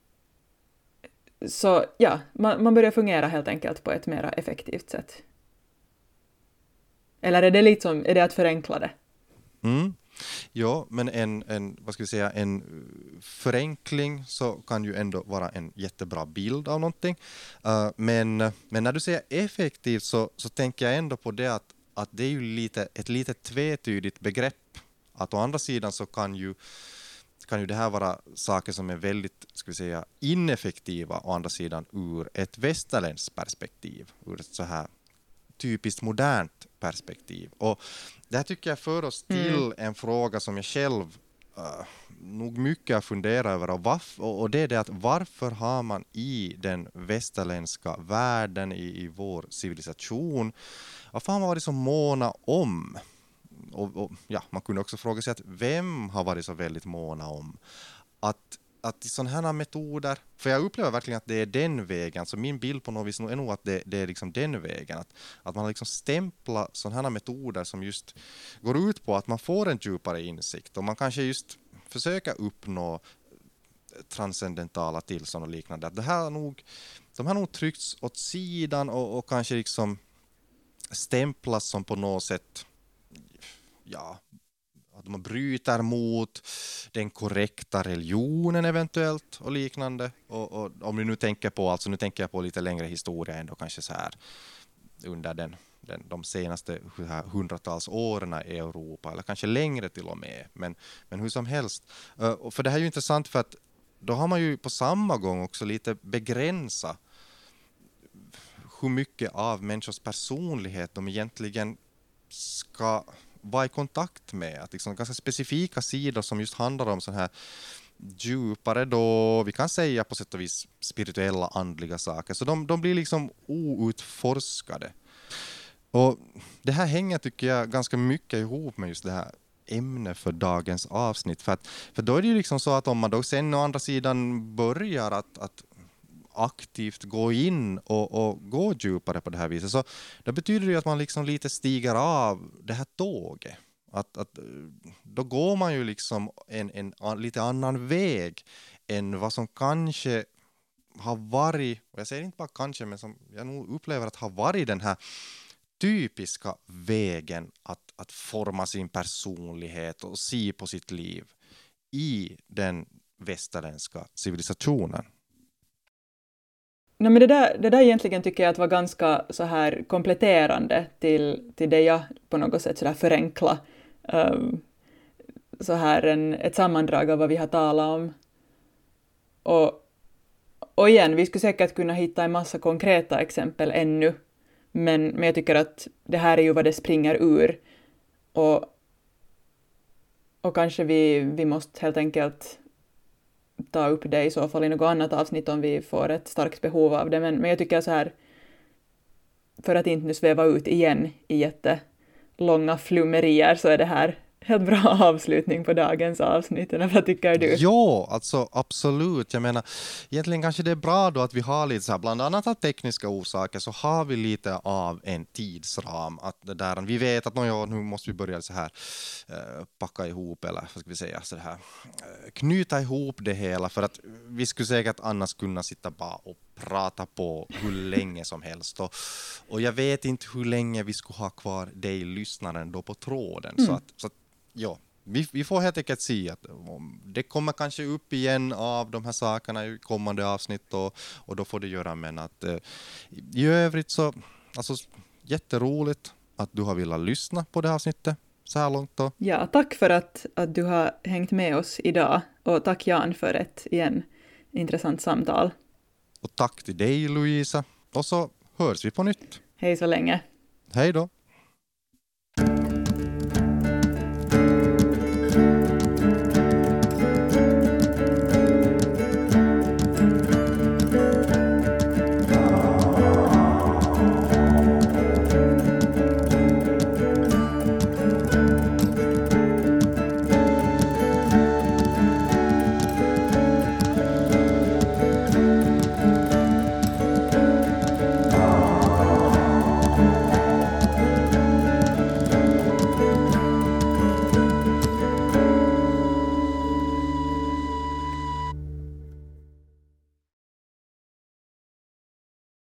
Speaker 2: Så ja, man, man börjar fungera helt enkelt på ett mer effektivt sätt. Eller är det lite som, är det att förenkla det?
Speaker 3: Mm. Ja, men en, en, vad ska vi säga, en förenkling så kan ju ändå vara en jättebra bild av någonting. Uh, men, men när du säger effektivt så, så tänker jag ändå på det att, att det är ju lite, ett lite tvetydigt begrepp. Att å andra sidan så kan ju, kan ju det här vara saker som är väldigt, ska vi säga, ineffektiva å andra sidan ur ett västerländskt perspektiv, ur ett så här typiskt modernt perspektiv. Och det här tycker jag för oss till mm. en fråga som jag själv uh, nog mycket funderar över. Och, varf- och det är det att varför har man i den västerländska världen, i, i vår civilisation, varför har man varit så måna om? Och, och, ja, man kunde också fråga sig att vem har varit så väldigt måna om att, att i sådana här metoder, för jag upplever verkligen att det är den vägen, så min bild på något vis är nog att det, det är liksom den vägen, att, att man liksom stämplar sådana här metoder som just går ut på att man får en djupare insikt och man kanske just försöker uppnå transcendentala tillstånd och liknande. Att det här nog, de har nog tryckts åt sidan och, och kanske liksom stämplas som på något sätt, ja, att man bryter mot den korrekta religionen eventuellt och liknande. Och, och om vi nu tänker på, alltså nu tänker jag på lite längre historia ändå kanske så här under den, den, de senaste hundratals åren i Europa eller kanske längre till och med. Men, men hur som helst. Uh, för det här är ju intressant för att då har man ju på samma gång också lite begränsa hur mycket av människors personlighet de egentligen ska vara i kontakt med. Att liksom ganska specifika sidor som just handlar om så här djupare då, vi kan säga på sätt och vis spirituella, andliga saker. Så de, de blir liksom outforskade. Och det här hänger tycker jag ganska mycket ihop med just det här ämne för dagens avsnitt. För, att, för då är det ju liksom så att om man då sen å andra sidan börjar att, att aktivt gå in och, och gå djupare på det här viset, så det betyder ju att man liksom lite stiger av det här tåget. Att, att, då går man ju liksom en, en, en lite annan väg än vad som kanske har varit, och jag säger inte bara kanske, men som jag nog upplever att har varit den här typiska vägen att, att forma sin personlighet och se på sitt liv i den västerländska civilisationen.
Speaker 2: No, men det, där, det där egentligen tycker jag att var ganska så här kompletterande till, till det jag på något sätt så där förenkla um, så här en, ett sammandrag av vad vi har talat om. Och, och igen, vi skulle säkert kunna hitta en massa konkreta exempel ännu, men, men jag tycker att det här är ju vad det springer ur. Och, och kanske vi, vi måste helt enkelt ta upp det i så fall i något annat avsnitt om vi får ett starkt behov av det. Men, men jag tycker så här, för att inte nu sväva ut igen i jättelånga flummerier, så är det här helt bra avslutning på dagens avsnitt. Eller vad tycker du?
Speaker 3: Ja, alltså absolut. Jag menar, egentligen kanske det är bra då att vi har lite så här, bland annat av tekniska orsaker så har vi lite av en tidsram. Att det där, vi vet att ja, nu måste vi börja så här eh, packa ihop eller vad ska vi säga, så här, eh, knyta ihop det hela, för att vi skulle säkert annars kunna sitta bara och prata på hur länge som helst. Och, och jag vet inte hur länge vi skulle ha kvar dig lyssnaren då på tråden. Mm. Så att, så att ja, vi, vi får helt enkelt se att det kommer kanske upp igen av de här sakerna i kommande avsnitt och, och då får det göra, men att eh, i övrigt så alltså jätteroligt att du har velat lyssna på det här avsnittet så här långt då.
Speaker 2: Ja, tack för att, att du har hängt med oss idag, och tack Jan för ett igen intressant samtal.
Speaker 3: Och tack till dig Louisa, och så hörs vi på nytt.
Speaker 2: Hej så länge.
Speaker 3: Hej då.